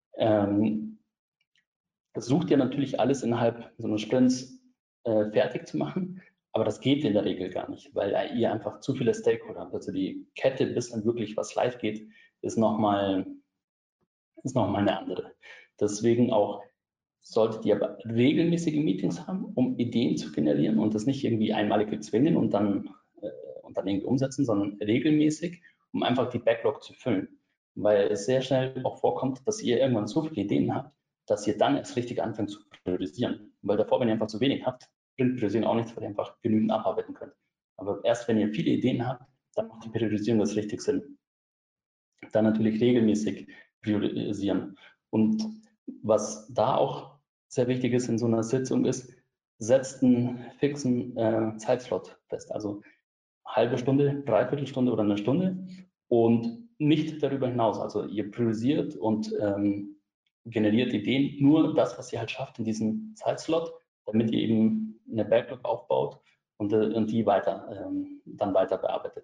Versucht ihr natürlich alles innerhalb so einer Sprints fertig zu machen, aber das geht in der Regel gar nicht, weil ihr einfach zu viele Stakeholder habt. Also die Kette, bis dann wirklich was live geht, ist nochmal eine andere. Deswegen auch solltet ihr aber regelmäßige Meetings haben, um Ideen zu generieren und das nicht irgendwie einmalig zwingen und dann irgendwie umsetzen, sondern regelmäßig, um einfach die Backlog zu füllen. Weil es sehr schnell auch vorkommt, dass ihr irgendwann so viele Ideen habt, dass ihr dann erst richtig anfängt zu priorisieren. Weil davor, wenn ihr einfach zu wenig habt, bringt Priorisieren auch nichts, weil ihr einfach genügend abarbeiten könnt. Aber erst wenn ihr viele Ideen habt, dann macht die Priorisierung das richtig Sinn. Dann natürlich regelmäßig priorisieren. Und was da auch sehr wichtig ist in so einer Sitzung ist, setzt einen fixen Zeitslot fest. Also halbe Stunde, dreiviertel Stunde oder eine Stunde und nicht darüber hinaus. Also ihr priorisiert und generiert Ideen, nur das, was ihr halt schafft in diesem Zeitslot, damit ihr eben eine Backlog aufbaut und die dann weiter bearbeitet.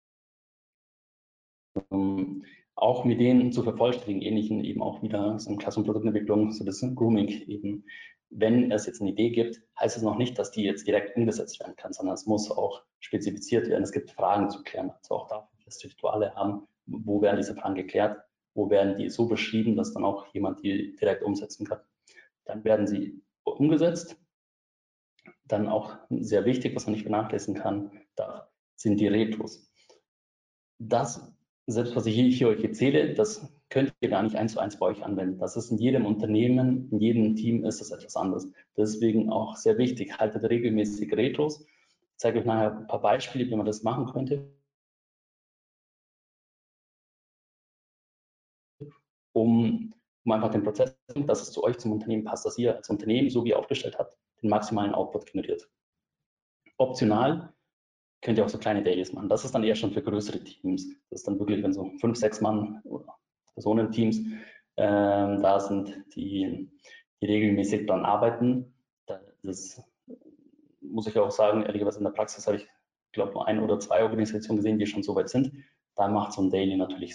Auch mit denen zu vervollständigen, ähnlichen eben auch wieder so eine Klasse- und Produktentwicklung, so das Grooming eben. Wenn es jetzt eine Idee gibt, heißt es noch nicht, dass die jetzt direkt umgesetzt werden kann, sondern es muss auch spezifiziert werden. Es gibt Fragen zu klären, also auch dafür, dass wir Rituale haben, wo werden diese Fragen geklärt, wo werden die so beschrieben, dass dann auch jemand die direkt umsetzen kann. Dann werden sie umgesetzt. Dann auch sehr wichtig, was man nicht vernachlässigen kann, sind die Retros. Das, selbst was ich hier euch erzähle, das könnt ihr gar nicht 1:1 bei euch anwenden. Das ist in jedem Unternehmen, in jedem Team ist das etwas anderes. Deswegen auch sehr wichtig, haltet regelmäßig Retros. Ich zeige euch nachher ein paar Beispiele, wie man das machen könnte, um einfach den Prozess, dass es zu euch zum Unternehmen passt, dass ihr als Unternehmen, so wie ihr aufgestellt habt, den maximalen Output generiert. Optional könnt ihr auch so kleine Dailies machen. Das ist dann eher schon für größere Teams. Das ist dann wirklich, wenn so 5, 6 Mann oder Personenteams da sind, die regelmäßig daran arbeiten. Das muss ich auch sagen, ehrlicherweise in der Praxis habe ich, glaube nur 1 oder 2 Organisationen gesehen, die schon so weit sind. Da macht so ein Daily natürlich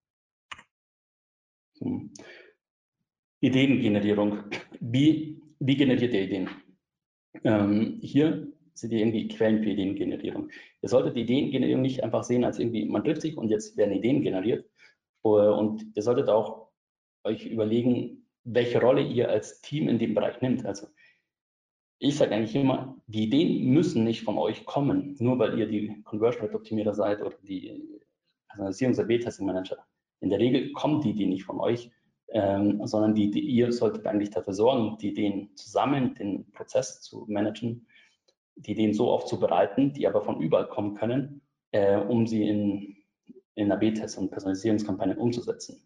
Sinn. Ideengenerierung. Wie generiert ihr Ideen? Hier sind die irgendwie Quellen für Ideengenerierung. Ihr solltet die Ideengenerierung nicht einfach sehen als irgendwie, man trifft sich und jetzt werden Ideen generiert. Und ihr solltet auch euch überlegen, welche Rolle ihr als Team in dem Bereich nimmt. Also ich sage eigentlich immer, die Ideen müssen nicht von euch kommen, nur weil ihr die Conversion Rate Optimierer seid oder die Personalisierungs- oder B-Testing Manager. In der Regel kommt die Idee nicht von euch, sondern ihr solltet eigentlich dafür sorgen, die Ideen zu sammeln, den Prozess zu managen, die Ideen so aufzubereiten, die aber von überall kommen können, um sie in AB-Tests und Personalisierungskampagnen umzusetzen.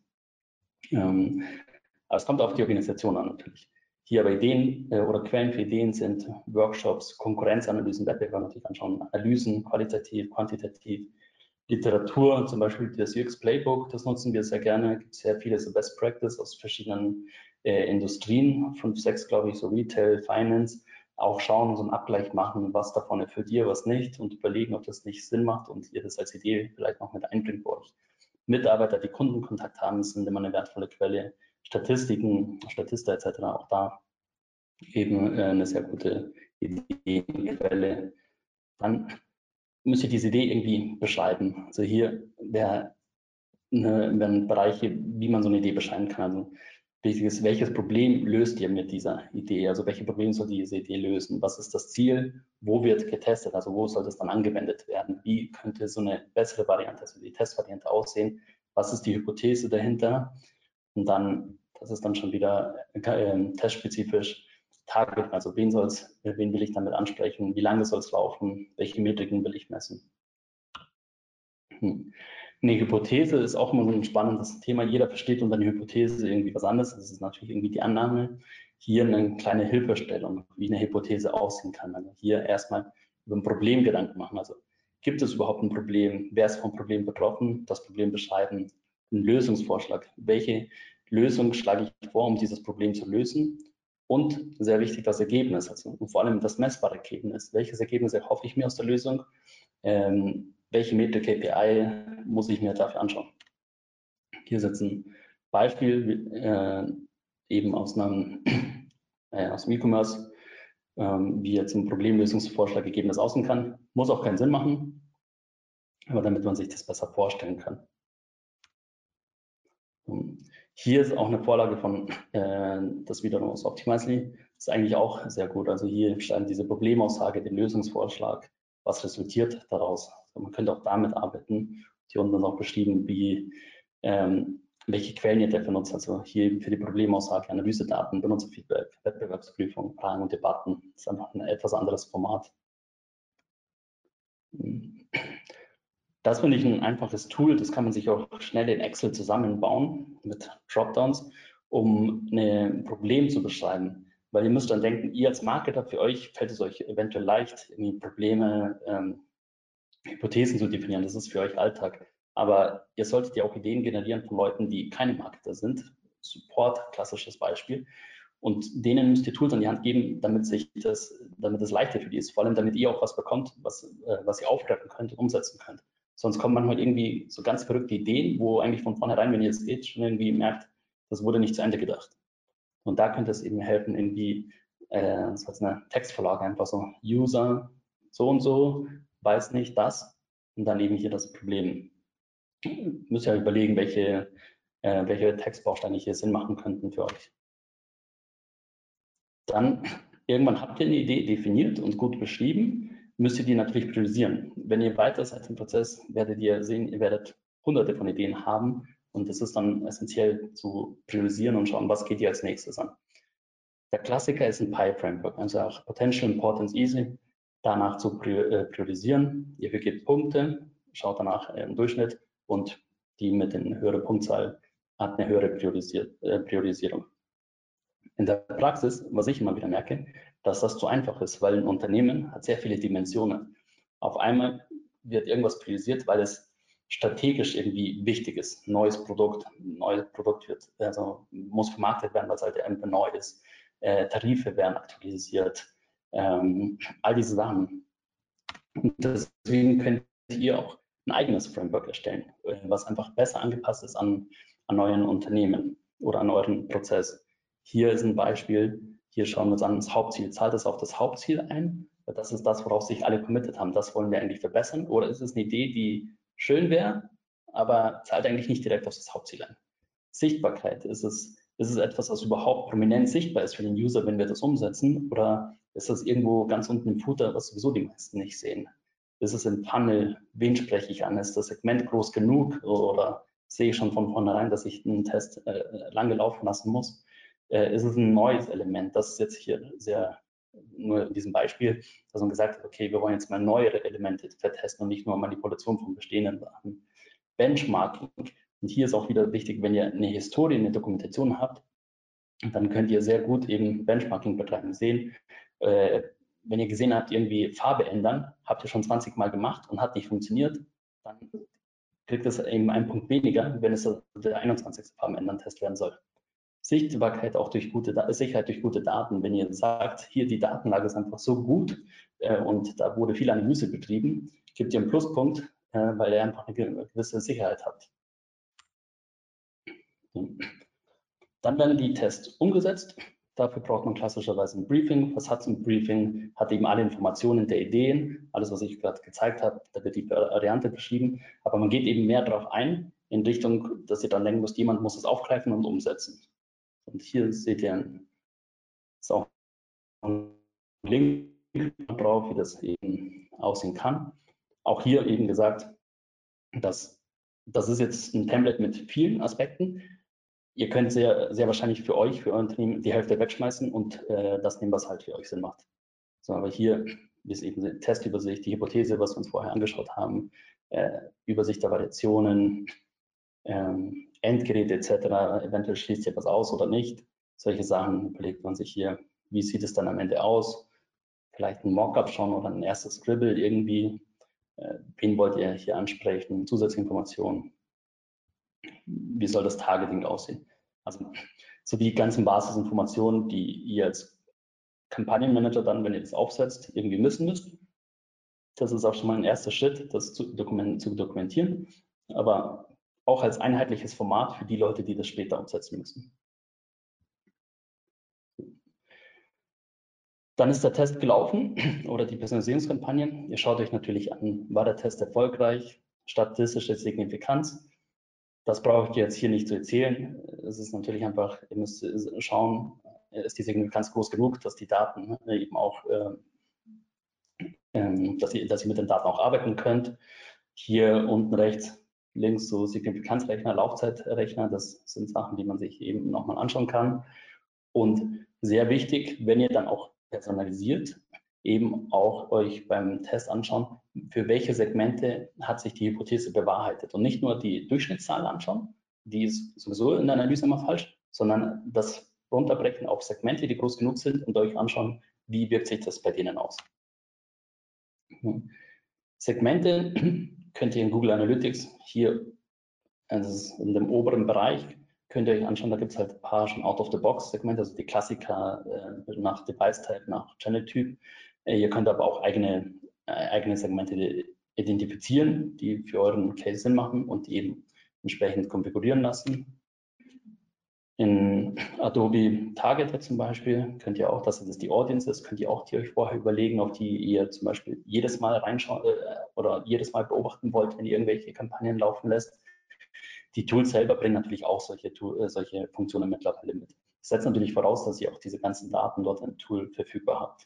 Aber es kommt auf die Organisation an natürlich. Hier aber Ideen oder Quellen für Ideen sind Workshops, Konkurrenzanalysen, Wettbewerb natürlich anschauen, Analysen, qualitativ, quantitativ, Literatur, zum Beispiel das UX Playbook, das nutzen wir sehr gerne. Es gibt sehr viele so Best Practice aus verschiedenen Industrien, 5, 6 glaube ich, so Retail, Finance. Auch schauen, so einen Abgleich machen, was davon erfüllt ihr, was nicht und überlegen, ob das nicht Sinn macht und ihr das als Idee vielleicht noch mit einbringt bei euch. Mitarbeiter, die Kundenkontakt haben, sind immer eine wertvolle Quelle. Statistiken, Statista etc. auch da eben eine sehr gute Ideenquelle. Dann müsst ihr diese Idee irgendwie beschreiben. Also hier werden Bereiche, wie man so eine Idee beschreiben kann. Also wichtig ist, welches Problem löst ihr mit dieser Idee? Also welche Probleme soll diese Idee lösen? Was ist das Ziel? Wo wird getestet? Also wo soll das dann angewendet werden? Wie könnte so eine bessere Variante, also die Testvariante aussehen? Was ist die Hypothese dahinter? Und dann, das ist dann schon wieder testspezifisch, Target, also wen will ich damit ansprechen? Wie lange soll es laufen? Welche Metriken will ich messen? Eine Hypothese ist auch immer so ein spannendes Thema. Jeder versteht unter einer Hypothese irgendwie was anderes. Das ist natürlich irgendwie die Annahme. Hier eine kleine Hilfestellung, wie eine Hypothese aussehen kann. Also hier erstmal über ein Problem Gedanken machen. Also gibt es überhaupt ein Problem? Wer ist vom Problem betroffen? Das Problem beschreiben. Ein Lösungsvorschlag. Welche Lösung schlage ich vor, um dieses Problem zu lösen? Und sehr wichtig, das Ergebnis. Also und vor allem das messbare Ergebnis. Welches Ergebnis erhoffe ich mir aus der Lösung? Welche Metrik KPI muss ich mir dafür anschauen? Hier ist jetzt ein Beispiel eben aus dem E-Commerce, wie jetzt ein Problemlösungsvorschlag Ergebnis aussehen kann. Muss auch keinen Sinn machen, aber damit man sich das besser vorstellen kann. Hier ist auch eine Vorlage von das wiederum aus Optimizely. Das ist eigentlich auch sehr gut. Also hier stand diese Problemaussage, den Lösungsvorschlag, was resultiert daraus. Also man könnte auch damit arbeiten. Hier unten ist auch beschrieben, wie welche Quellen ihr dafür nutzt. Also hier für die Problemaussage, Analysedaten, Benutzerfeedback, Wettbewerbsprüfung, Fragen und Debatten. Das ist einfach ein etwas anderes Format. Das finde ich ein einfaches Tool, das kann man sich auch schnell in Excel zusammenbauen mit Dropdowns, um ein Problem zu beschreiben. Weil ihr müsst dann denken, ihr als Marketer, für euch fällt es euch eventuell leicht, irgendwie Probleme, Hypothesen zu definieren. Das ist für euch Alltag. Aber ihr solltet ja auch Ideen generieren von Leuten, die keine Marketer sind. Support, klassisches Beispiel. Und denen müsst ihr Tools an die Hand geben, damit es leichter für die ist. Vor allem, damit ihr auch was bekommt, was ihr aufgreifen könnt und umsetzen könnt. Sonst kommt manchmal irgendwie so ganz verrückte Ideen, wo eigentlich von vornherein, wenn ihr jetzt geht, schon irgendwie merkt, das wurde nicht zu Ende gedacht. Und da könnte es eben helfen, irgendwie so als eine Textvorlage einfach so, User so und so, weiß nicht das und dann eben hier das Problem. Müsst ihr überlegen, welche Textbausteine hier Sinn machen könnten für euch. Dann irgendwann habt ihr eine Idee definiert und gut beschrieben, müsst ihr die natürlich priorisieren. Wenn ihr weiter seid im Prozess, werdet ihr sehen, ihr werdet hunderte von Ideen haben und es ist dann essentiell zu priorisieren und schauen, was geht ihr als nächstes an. Der Klassiker ist ein PI-Framework, also auch Potential, Importance, Easy, danach zu priorisieren. Ihr vergebt Punkte, schaut danach im Durchschnitt und die mit einer höheren Punktzahl hat eine höhere Priorisierung. In der Praxis, was ich immer wieder merke, dass das zu einfach ist, weil ein Unternehmen hat sehr viele Dimensionen. Auf einmal wird irgendwas priorisiert, weil es strategisch irgendwie wichtig ist. Neues Produkt wird, also muss vermarktet werden, weil es halt einfach neu ist. Tarife werden aktualisiert, all diese Sachen. Und deswegen könnt ihr auch ein eigenes Framework erstellen, was einfach besser angepasst ist an neuen Unternehmen oder an euren Prozess. Hier ist ein Beispiel, hier schauen wir uns an, das Hauptziel. Zahlt es auf das Hauptziel ein? Das ist das, worauf sich alle committed haben. Das wollen wir eigentlich verbessern. Oder ist es eine Idee, die schön wäre, aber zahlt eigentlich nicht direkt auf das Hauptziel ein? Sichtbarkeit, ist es etwas, was überhaupt prominent sichtbar ist für den User, wenn wir das umsetzen? Oder ist das irgendwo ganz unten im Footer, was sowieso die meisten nicht sehen? Ist es im Funnel? Wen spreche ich an? Ist das Segment groß genug? Oder sehe ich schon von vornherein, dass ich einen Test lange laufen lassen muss? Ist es ein neues Element? Das ist jetzt hier sehr, nur in diesem Beispiel, dass man gesagt hat, okay, wir wollen jetzt mal neuere Elemente vertesten und nicht nur Manipulation von bestehenden Sachen. Benchmarking. Und hier ist auch wieder wichtig, wenn ihr eine Historie, eine Dokumentation habt, dann könnt ihr sehr gut eben Benchmarking betreiben. Sehen, wenn ihr gesehen habt, irgendwie Farbe ändern, habt ihr schon 20 Mal gemacht und hat nicht funktioniert, dann kriegt es eben einen Punkt weniger, wenn es der 21. Farben ändern Test werden soll. Sichtbarkeit auch durch Sicherheit durch gute Daten. Wenn ihr sagt, hier die Datenlage ist einfach so gut und da wurde viel Analyse betrieben, gibt ihr einen Pluspunkt, weil ihr einfach eine gewisse Sicherheit habt. Dann werden die Tests umgesetzt. Dafür braucht man klassischerweise ein Briefing. Was hat ein Briefing? Hat eben alle Informationen der Ideen, alles, was ich gerade gezeigt habe, da wird die Variante beschrieben. Aber man geht eben mehr darauf ein, in Richtung, dass ihr dann denken müsst, jemand muss es aufgreifen und umsetzen. Und hier seht ihr auch einen Link drauf, wie das eben aussehen kann. Auch hier eben gesagt, dass das ist jetzt ein Template mit vielen Aspekten. Ihr könnt sehr, sehr wahrscheinlich für euch, für euer Unternehmen die Hälfte wegschmeißen und das nehmen, was halt für euch Sinn macht. So, aber hier ist eben die Testübersicht, die Hypothese, was wir uns vorher angeschaut haben, Übersicht der Variationen, Endgeräte etc. Eventuell schließt ihr was aus oder nicht. Solche Sachen überlegt man sich hier, wie sieht es dann am Ende aus? Vielleicht ein Mockup schon oder ein erstes Scribble irgendwie. Wen wollt ihr hier ansprechen? Zusätzliche Informationen. Wie soll das Targeting aussehen? Also so die ganzen Basisinformationen, die ihr als Kampagnenmanager dann, wenn ihr das aufsetzt, irgendwie wissen müsst. Das ist auch schon mal ein erster Schritt, das zu dokumentieren, aber auch als einheitliches Format für die Leute, die das später umsetzen müssen. Dann ist der Test gelaufen oder die Personalisierungskampagne. Ihr schaut euch natürlich an, war der Test erfolgreich, statistische Signifikanz. Das brauche ich jetzt hier nicht zu erzählen. Es ist natürlich einfach, ihr müsst schauen, ist die Signifikanz groß genug, dass die Daten eben auch, dass ihr mit den Daten auch arbeiten könnt. Hier unten rechts, links so Signifikanzrechner, Laufzeitrechner, das sind Sachen, die man sich eben nochmal anschauen kann. Und sehr wichtig, wenn ihr dann auch personalisiert, eben auch euch beim Test anschauen, für welche Segmente hat sich die Hypothese bewahrheitet und nicht nur die Durchschnittszahl anschauen, die ist sowieso in der Analyse immer falsch, sondern das runterbrechen auf Segmente, die groß genug sind und euch anschauen, wie wirkt sich das bei denen aus. Segmente könnt ihr in Google Analytics hier, also in dem oberen Bereich, könnt ihr euch anschauen, da gibt es halt ein paar schon Out-of-the-Box-Segmente, also die Klassiker nach Device-Type, nach Channel-Typ. Ihr könnt aber auch eigene Segmente identifizieren, die für euren Case Sinn machen und die eben entsprechend konfigurieren lassen. In Adobe Targeted zum Beispiel könnt ihr auch, dass das die Audience ist, könnt ihr auch die euch vorher überlegen, auf die ihr zum Beispiel jedes Mal reinschauen oder jedes Mal beobachten wollt, wenn ihr irgendwelche Kampagnen laufen lässt. Die Tools selber bringen natürlich auch solche Funktionen mittlerweile mit. Das setzt natürlich voraus, dass ihr auch diese ganzen Daten dort im Tool verfügbar habt.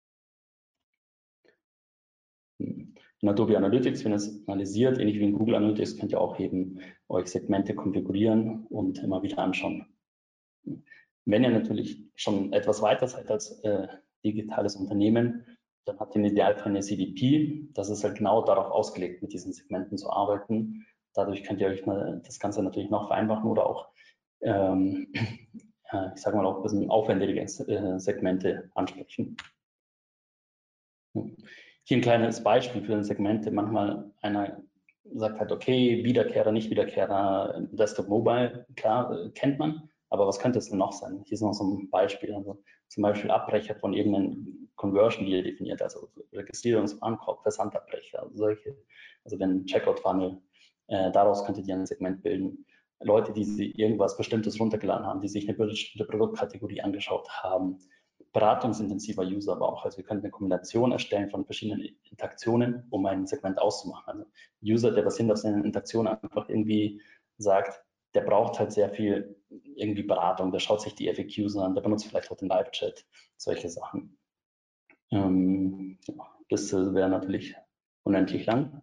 In Adobe Analytics, wenn ihr es analysiert, ähnlich wie in Google Analytics, könnt ihr auch eben euch Segmente konfigurieren und immer wieder anschauen. Wenn ihr natürlich schon etwas weiter seid als digitales Unternehmen, dann habt ihr im Idealfall eine CDP. Das ist halt genau darauf ausgelegt, mit diesen Segmenten zu arbeiten. Dadurch könnt ihr euch das Ganze natürlich noch vereinfachen oder auch, ich sage mal, auch ein bisschen aufwendige Segmente ansprechen. Hier ein kleines Beispiel für Segmente. Manchmal einer sagt halt, okay, Wiederkehrer, nicht Wiederkehrer, Desktop Mobile, klar, kennt man, aber was könnte es denn noch sein? Hier ist noch so ein Beispiel, also zum Beispiel Abbrecher von irgendeinem Conversion, die ihr definiert, also Registrierungswarenkorb, Versandabbrecher, also solche, also wenn Checkout-Funnel, daraus könntet ihr ein Segment bilden. Leute, die sich irgendwas Bestimmtes runtergeladen haben, die sich eine bestimmte Produktkategorie angeschaut haben, beratungsintensiver User aber auch. Also wir können eine Kombination erstellen von verschiedenen Interaktionen, um ein Segment auszumachen. Also User, der was hinter seinen Interaktionen einfach irgendwie sagt, der braucht halt sehr viel irgendwie Beratung, der schaut sich die FAQs an, der benutzt vielleicht auch den Live-Chat, solche Sachen. Das wäre natürlich unendlich lang.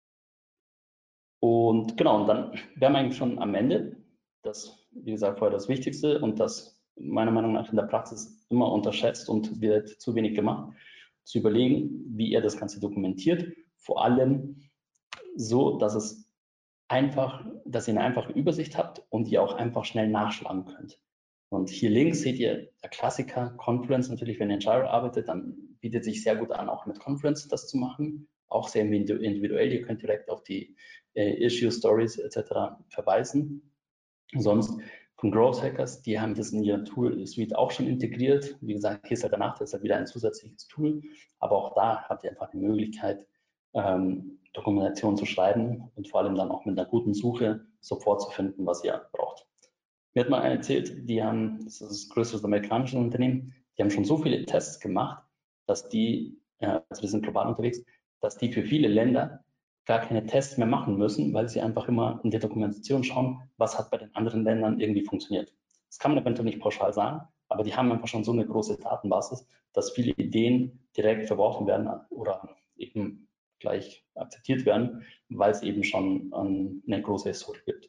Und genau, und dann wären wir eigentlich schon am Ende. Das, wie gesagt, vorher das Wichtigste und das meiner Meinung nach in der Praxis immer unterschätzt und wird zu wenig gemacht, zu überlegen, wie ihr das Ganze dokumentiert. Vor allem so, dass es einfach, dass ihr eine einfache Übersicht habt und ihr auch einfach schnell nachschlagen könnt. Und hier links seht ihr der Klassiker Confluence. Natürlich, wenn ihr in Jira arbeitet, dann bietet sich sehr gut an, auch mit Confluence das zu machen. Auch sehr individuell. Ihr könnt direkt auf die Issue Stories etc. verweisen. Sonst von Growth Hackers, die haben das in ihrer Tool Suite auch schon integriert. Wie gesagt, hier ist halt der Nachteil, ist halt wieder ein zusätzliches Tool. Aber auch da habt ihr einfach die Möglichkeit, Dokumentation zu schreiben und vor allem dann auch mit einer guten Suche sofort zu finden, was ihr braucht. Mir hat mal einer erzählt, die haben, das ist das größte amerikanische Unternehmen, die haben schon so viele Tests gemacht, dass die, also wir sind global unterwegs, dass die für viele Länder gar keine Tests mehr machen müssen, weil sie einfach immer in der Dokumentation schauen, was hat bei den anderen Ländern irgendwie funktioniert. Das kann man eventuell nicht pauschal sagen, aber die haben einfach schon so eine große Datenbasis, dass viele Ideen direkt verworfen werden oder eben gleich akzeptiert werden, weil es eben schon eine große Historie gibt.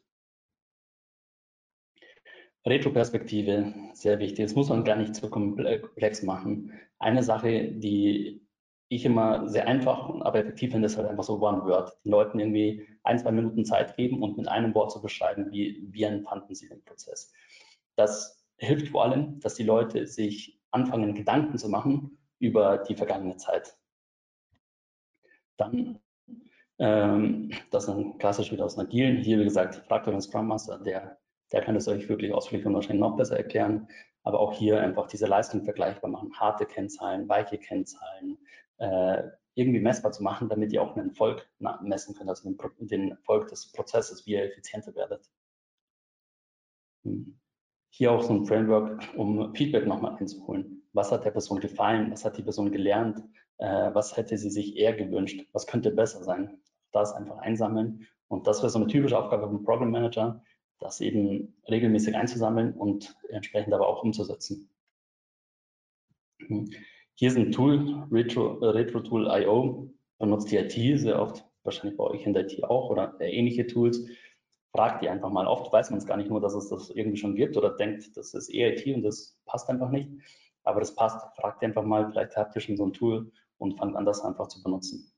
Retroperspektive, sehr wichtig. Das muss man gar nicht so komplex machen. Eine Sache, die ich immer sehr einfach, aber effektiv finde, ist halt einfach so One Word. Den Leuten irgendwie 1-2 Minuten Zeit geben und mit einem Wort zu beschreiben, wie empfanden sie den Prozess. Das hilft vor allem, dass die Leute sich anfangen, Gedanken zu machen über die vergangene Zeit. Dann, das ist dann klassisch wieder aus einer Agilen. Hier, wie gesagt, fragt euch einen Scrum Master, der kann es euch wirklich ausführlich und wahrscheinlich noch besser erklären. Aber auch hier einfach diese Leistung vergleichbar machen, harte Kennzahlen, weiche Kennzahlen, irgendwie messbar zu machen, damit ihr auch einen Erfolg messen könnt, also den Erfolg des Prozesses, wie ihr effizienter werdet. Hier auch so ein Framework, um Feedback nochmal einzuholen. Was hat der Person gefallen? Was hat die Person gelernt? Was hätte sie sich eher gewünscht? Was könnte besser sein? Das einfach einsammeln. Und das wäre so eine typische Aufgabe vom Program Manager, das eben regelmäßig einzusammeln und entsprechend aber auch umzusetzen. Hier ist ein Tool, RetroTool.io, benutzt die IT sehr oft, wahrscheinlich bei euch in der IT auch oder ähnliche Tools. Fragt die einfach mal. Oft weiß man es gar nicht nur, dass es das irgendwie schon gibt oder denkt, das ist IT und das passt einfach nicht. Aber das passt. Fragt einfach mal, vielleicht habt ihr schon so ein Tool und fangt an, das einfach zu benutzen.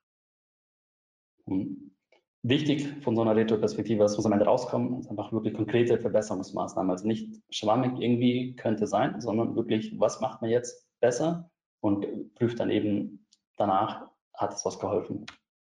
Wichtig von so einer Retro-Perspektive, was muss am Ende rauskommen, ist einfach wirklich konkrete Verbesserungsmaßnahmen. Also nicht schwammig irgendwie könnte sein, sondern wirklich, was macht man jetzt besser und prüft dann eben danach, hat es was geholfen.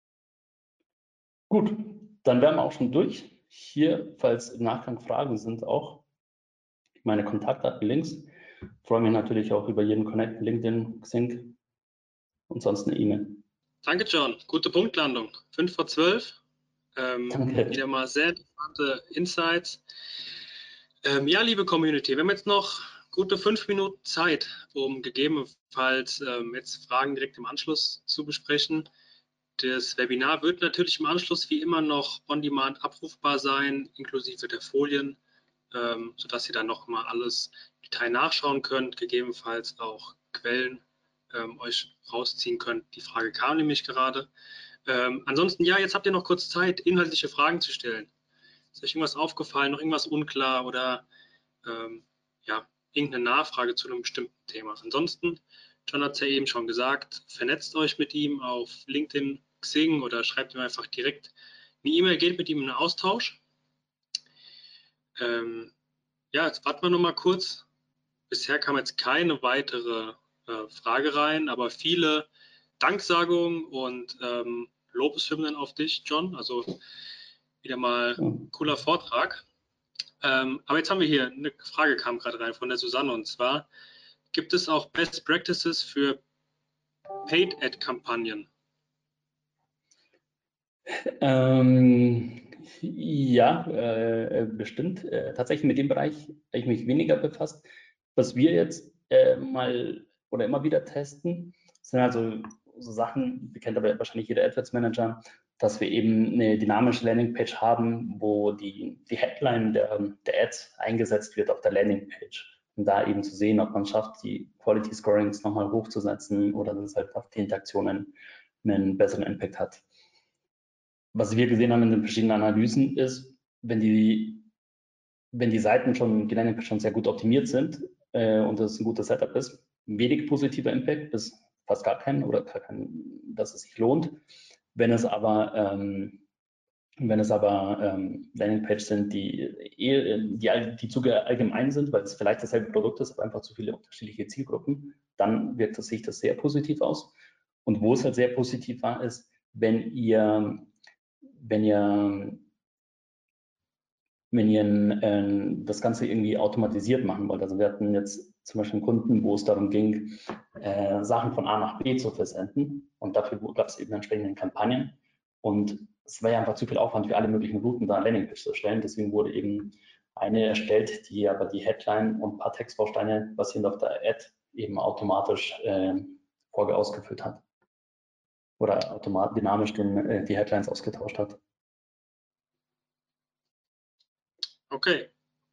Gut, dann wären wir auch schon durch. Hier, falls im Nachgang Fragen sind, auch meine Kontaktdaten links. Ich freue mich natürlich auch über jeden Connect, LinkedIn, Xing und sonst eine E-Mail. Danke, John. Gute Punktlandung. 5 vor 12. Danke. Wieder mal sehr interessante Insights. Ja, liebe Community, wir haben jetzt noch gute 5 Minuten Zeit, um gegebenenfalls jetzt Fragen direkt im Anschluss zu besprechen. Das Webinar wird natürlich im Anschluss wie immer noch on-demand abrufbar sein, inklusive der Folien, sodass ihr dann nochmal alles im Detail nachschauen könnt, gegebenenfalls auch Quellen euch rausziehen könnt. Die Frage kam nämlich gerade. Ansonsten, ja, jetzt habt ihr noch kurz Zeit, inhaltliche Fragen zu stellen. Ist euch irgendwas aufgefallen, noch irgendwas unklar oder ja, irgendeine Nachfrage zu einem bestimmten Thema? Ansonsten, John hat es ja eben schon gesagt, vernetzt euch mit ihm auf LinkedIn, Xing oder schreibt ihm einfach direkt eine E-Mail, geht mit ihm in einen Austausch. Ja, jetzt warten wir noch mal kurz. Bisher kam jetzt keine weitere Frage rein, aber viele Danksagung und Lobeshymnen auf dich, John. Also wieder mal cooler Vortrag. Aber jetzt haben wir hier, eine Frage kam gerade rein von der Susanne, und zwar, gibt es auch Best Practices für Paid-Ad-Kampagnen? Ja, bestimmt. Tatsächlich mit dem Bereich habe ich mich weniger befasst. Was wir jetzt mal oder immer wieder testen, sind also so Sachen, die kennt aber wahrscheinlich jeder AdWords Manager, dass wir eben eine dynamische Landingpage haben, wo die Headline der Ads eingesetzt wird auf der Landingpage. Um da eben zu sehen, ob man es schafft, die Quality Scorings nochmal hochzusetzen oder dass es halt auf die Interaktionen einen besseren Impact hat. Was wir gesehen haben in den verschiedenen Analysen ist, wenn die Seiten schon, die Landingpage schon sehr gut optimiert sind und das ein gutes Setup ist, wenig positiver Impact, bis fast gar keinen oder gar keinen, dass es sich lohnt. Wenn es aber Landingpages sind, die zu allgemein sind, weil es vielleicht dasselbe Produkt ist, aber einfach zu viele unterschiedliche Zielgruppen, dann wirkt sich das sehr positiv aus. Und wo es halt sehr positiv war, ist, wenn ihr das Ganze irgendwie automatisiert machen wollt. Also wir hatten jetzt zum Beispiel einen Kunden, wo es darum ging, Sachen von A nach B zu versenden, und dafür gab es eben entsprechende Kampagnen, und es war ja einfach zu viel Aufwand für alle möglichen Routen, da eine Landingpage zu erstellen. Deswegen wurde eben eine erstellt, die aber die Headline und ein paar Textbausteine basierend auf der Ad eben automatisch ausgeführt hat oder automatisch dynamisch die Headlines ausgetauscht hat. Okay.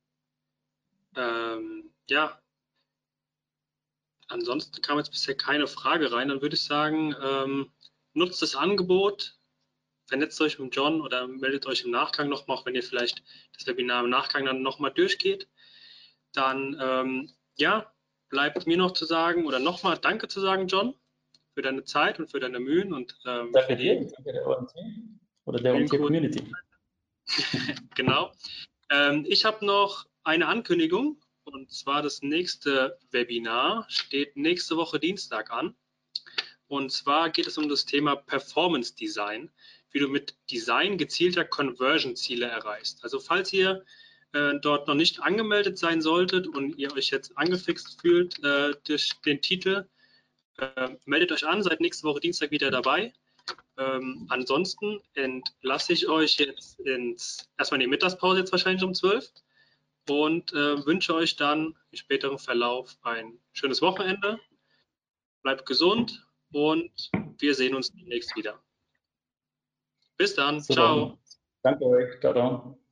Ja, ansonsten kam jetzt bisher keine Frage rein. Dann würde ich sagen, nutzt das Angebot, vernetzt euch mit John oder meldet euch im Nachgang nochmal, auch wenn ihr vielleicht das Webinar im Nachgang dann nochmal durchgeht. Dann, ja, bleibt mir noch zu sagen oder nochmal Danke zu sagen, John, für deine Zeit und für deine Mühen und Danke dir, danke der OMT oder der OMT-Community. Genau. Ich habe noch eine Ankündigung, und zwar das nächste Webinar steht nächste Woche Dienstag an. Und zwar geht es um das Thema Performance Design, wie du mit Design gezielter Conversion-Ziele erreichst. Also falls ihr dort noch nicht angemeldet sein solltet und ihr euch jetzt angefixt fühlt durch den Titel, meldet euch an, seid nächste Woche Dienstag wieder dabei. Ansonsten entlasse ich euch jetzt erstmal in die Mittagspause, jetzt wahrscheinlich um 12, und wünsche euch dann im späteren Verlauf ein schönes Wochenende. Bleibt gesund und wir sehen uns demnächst wieder. Bis dann. Super. Ciao. Danke euch. Ciao, ciao.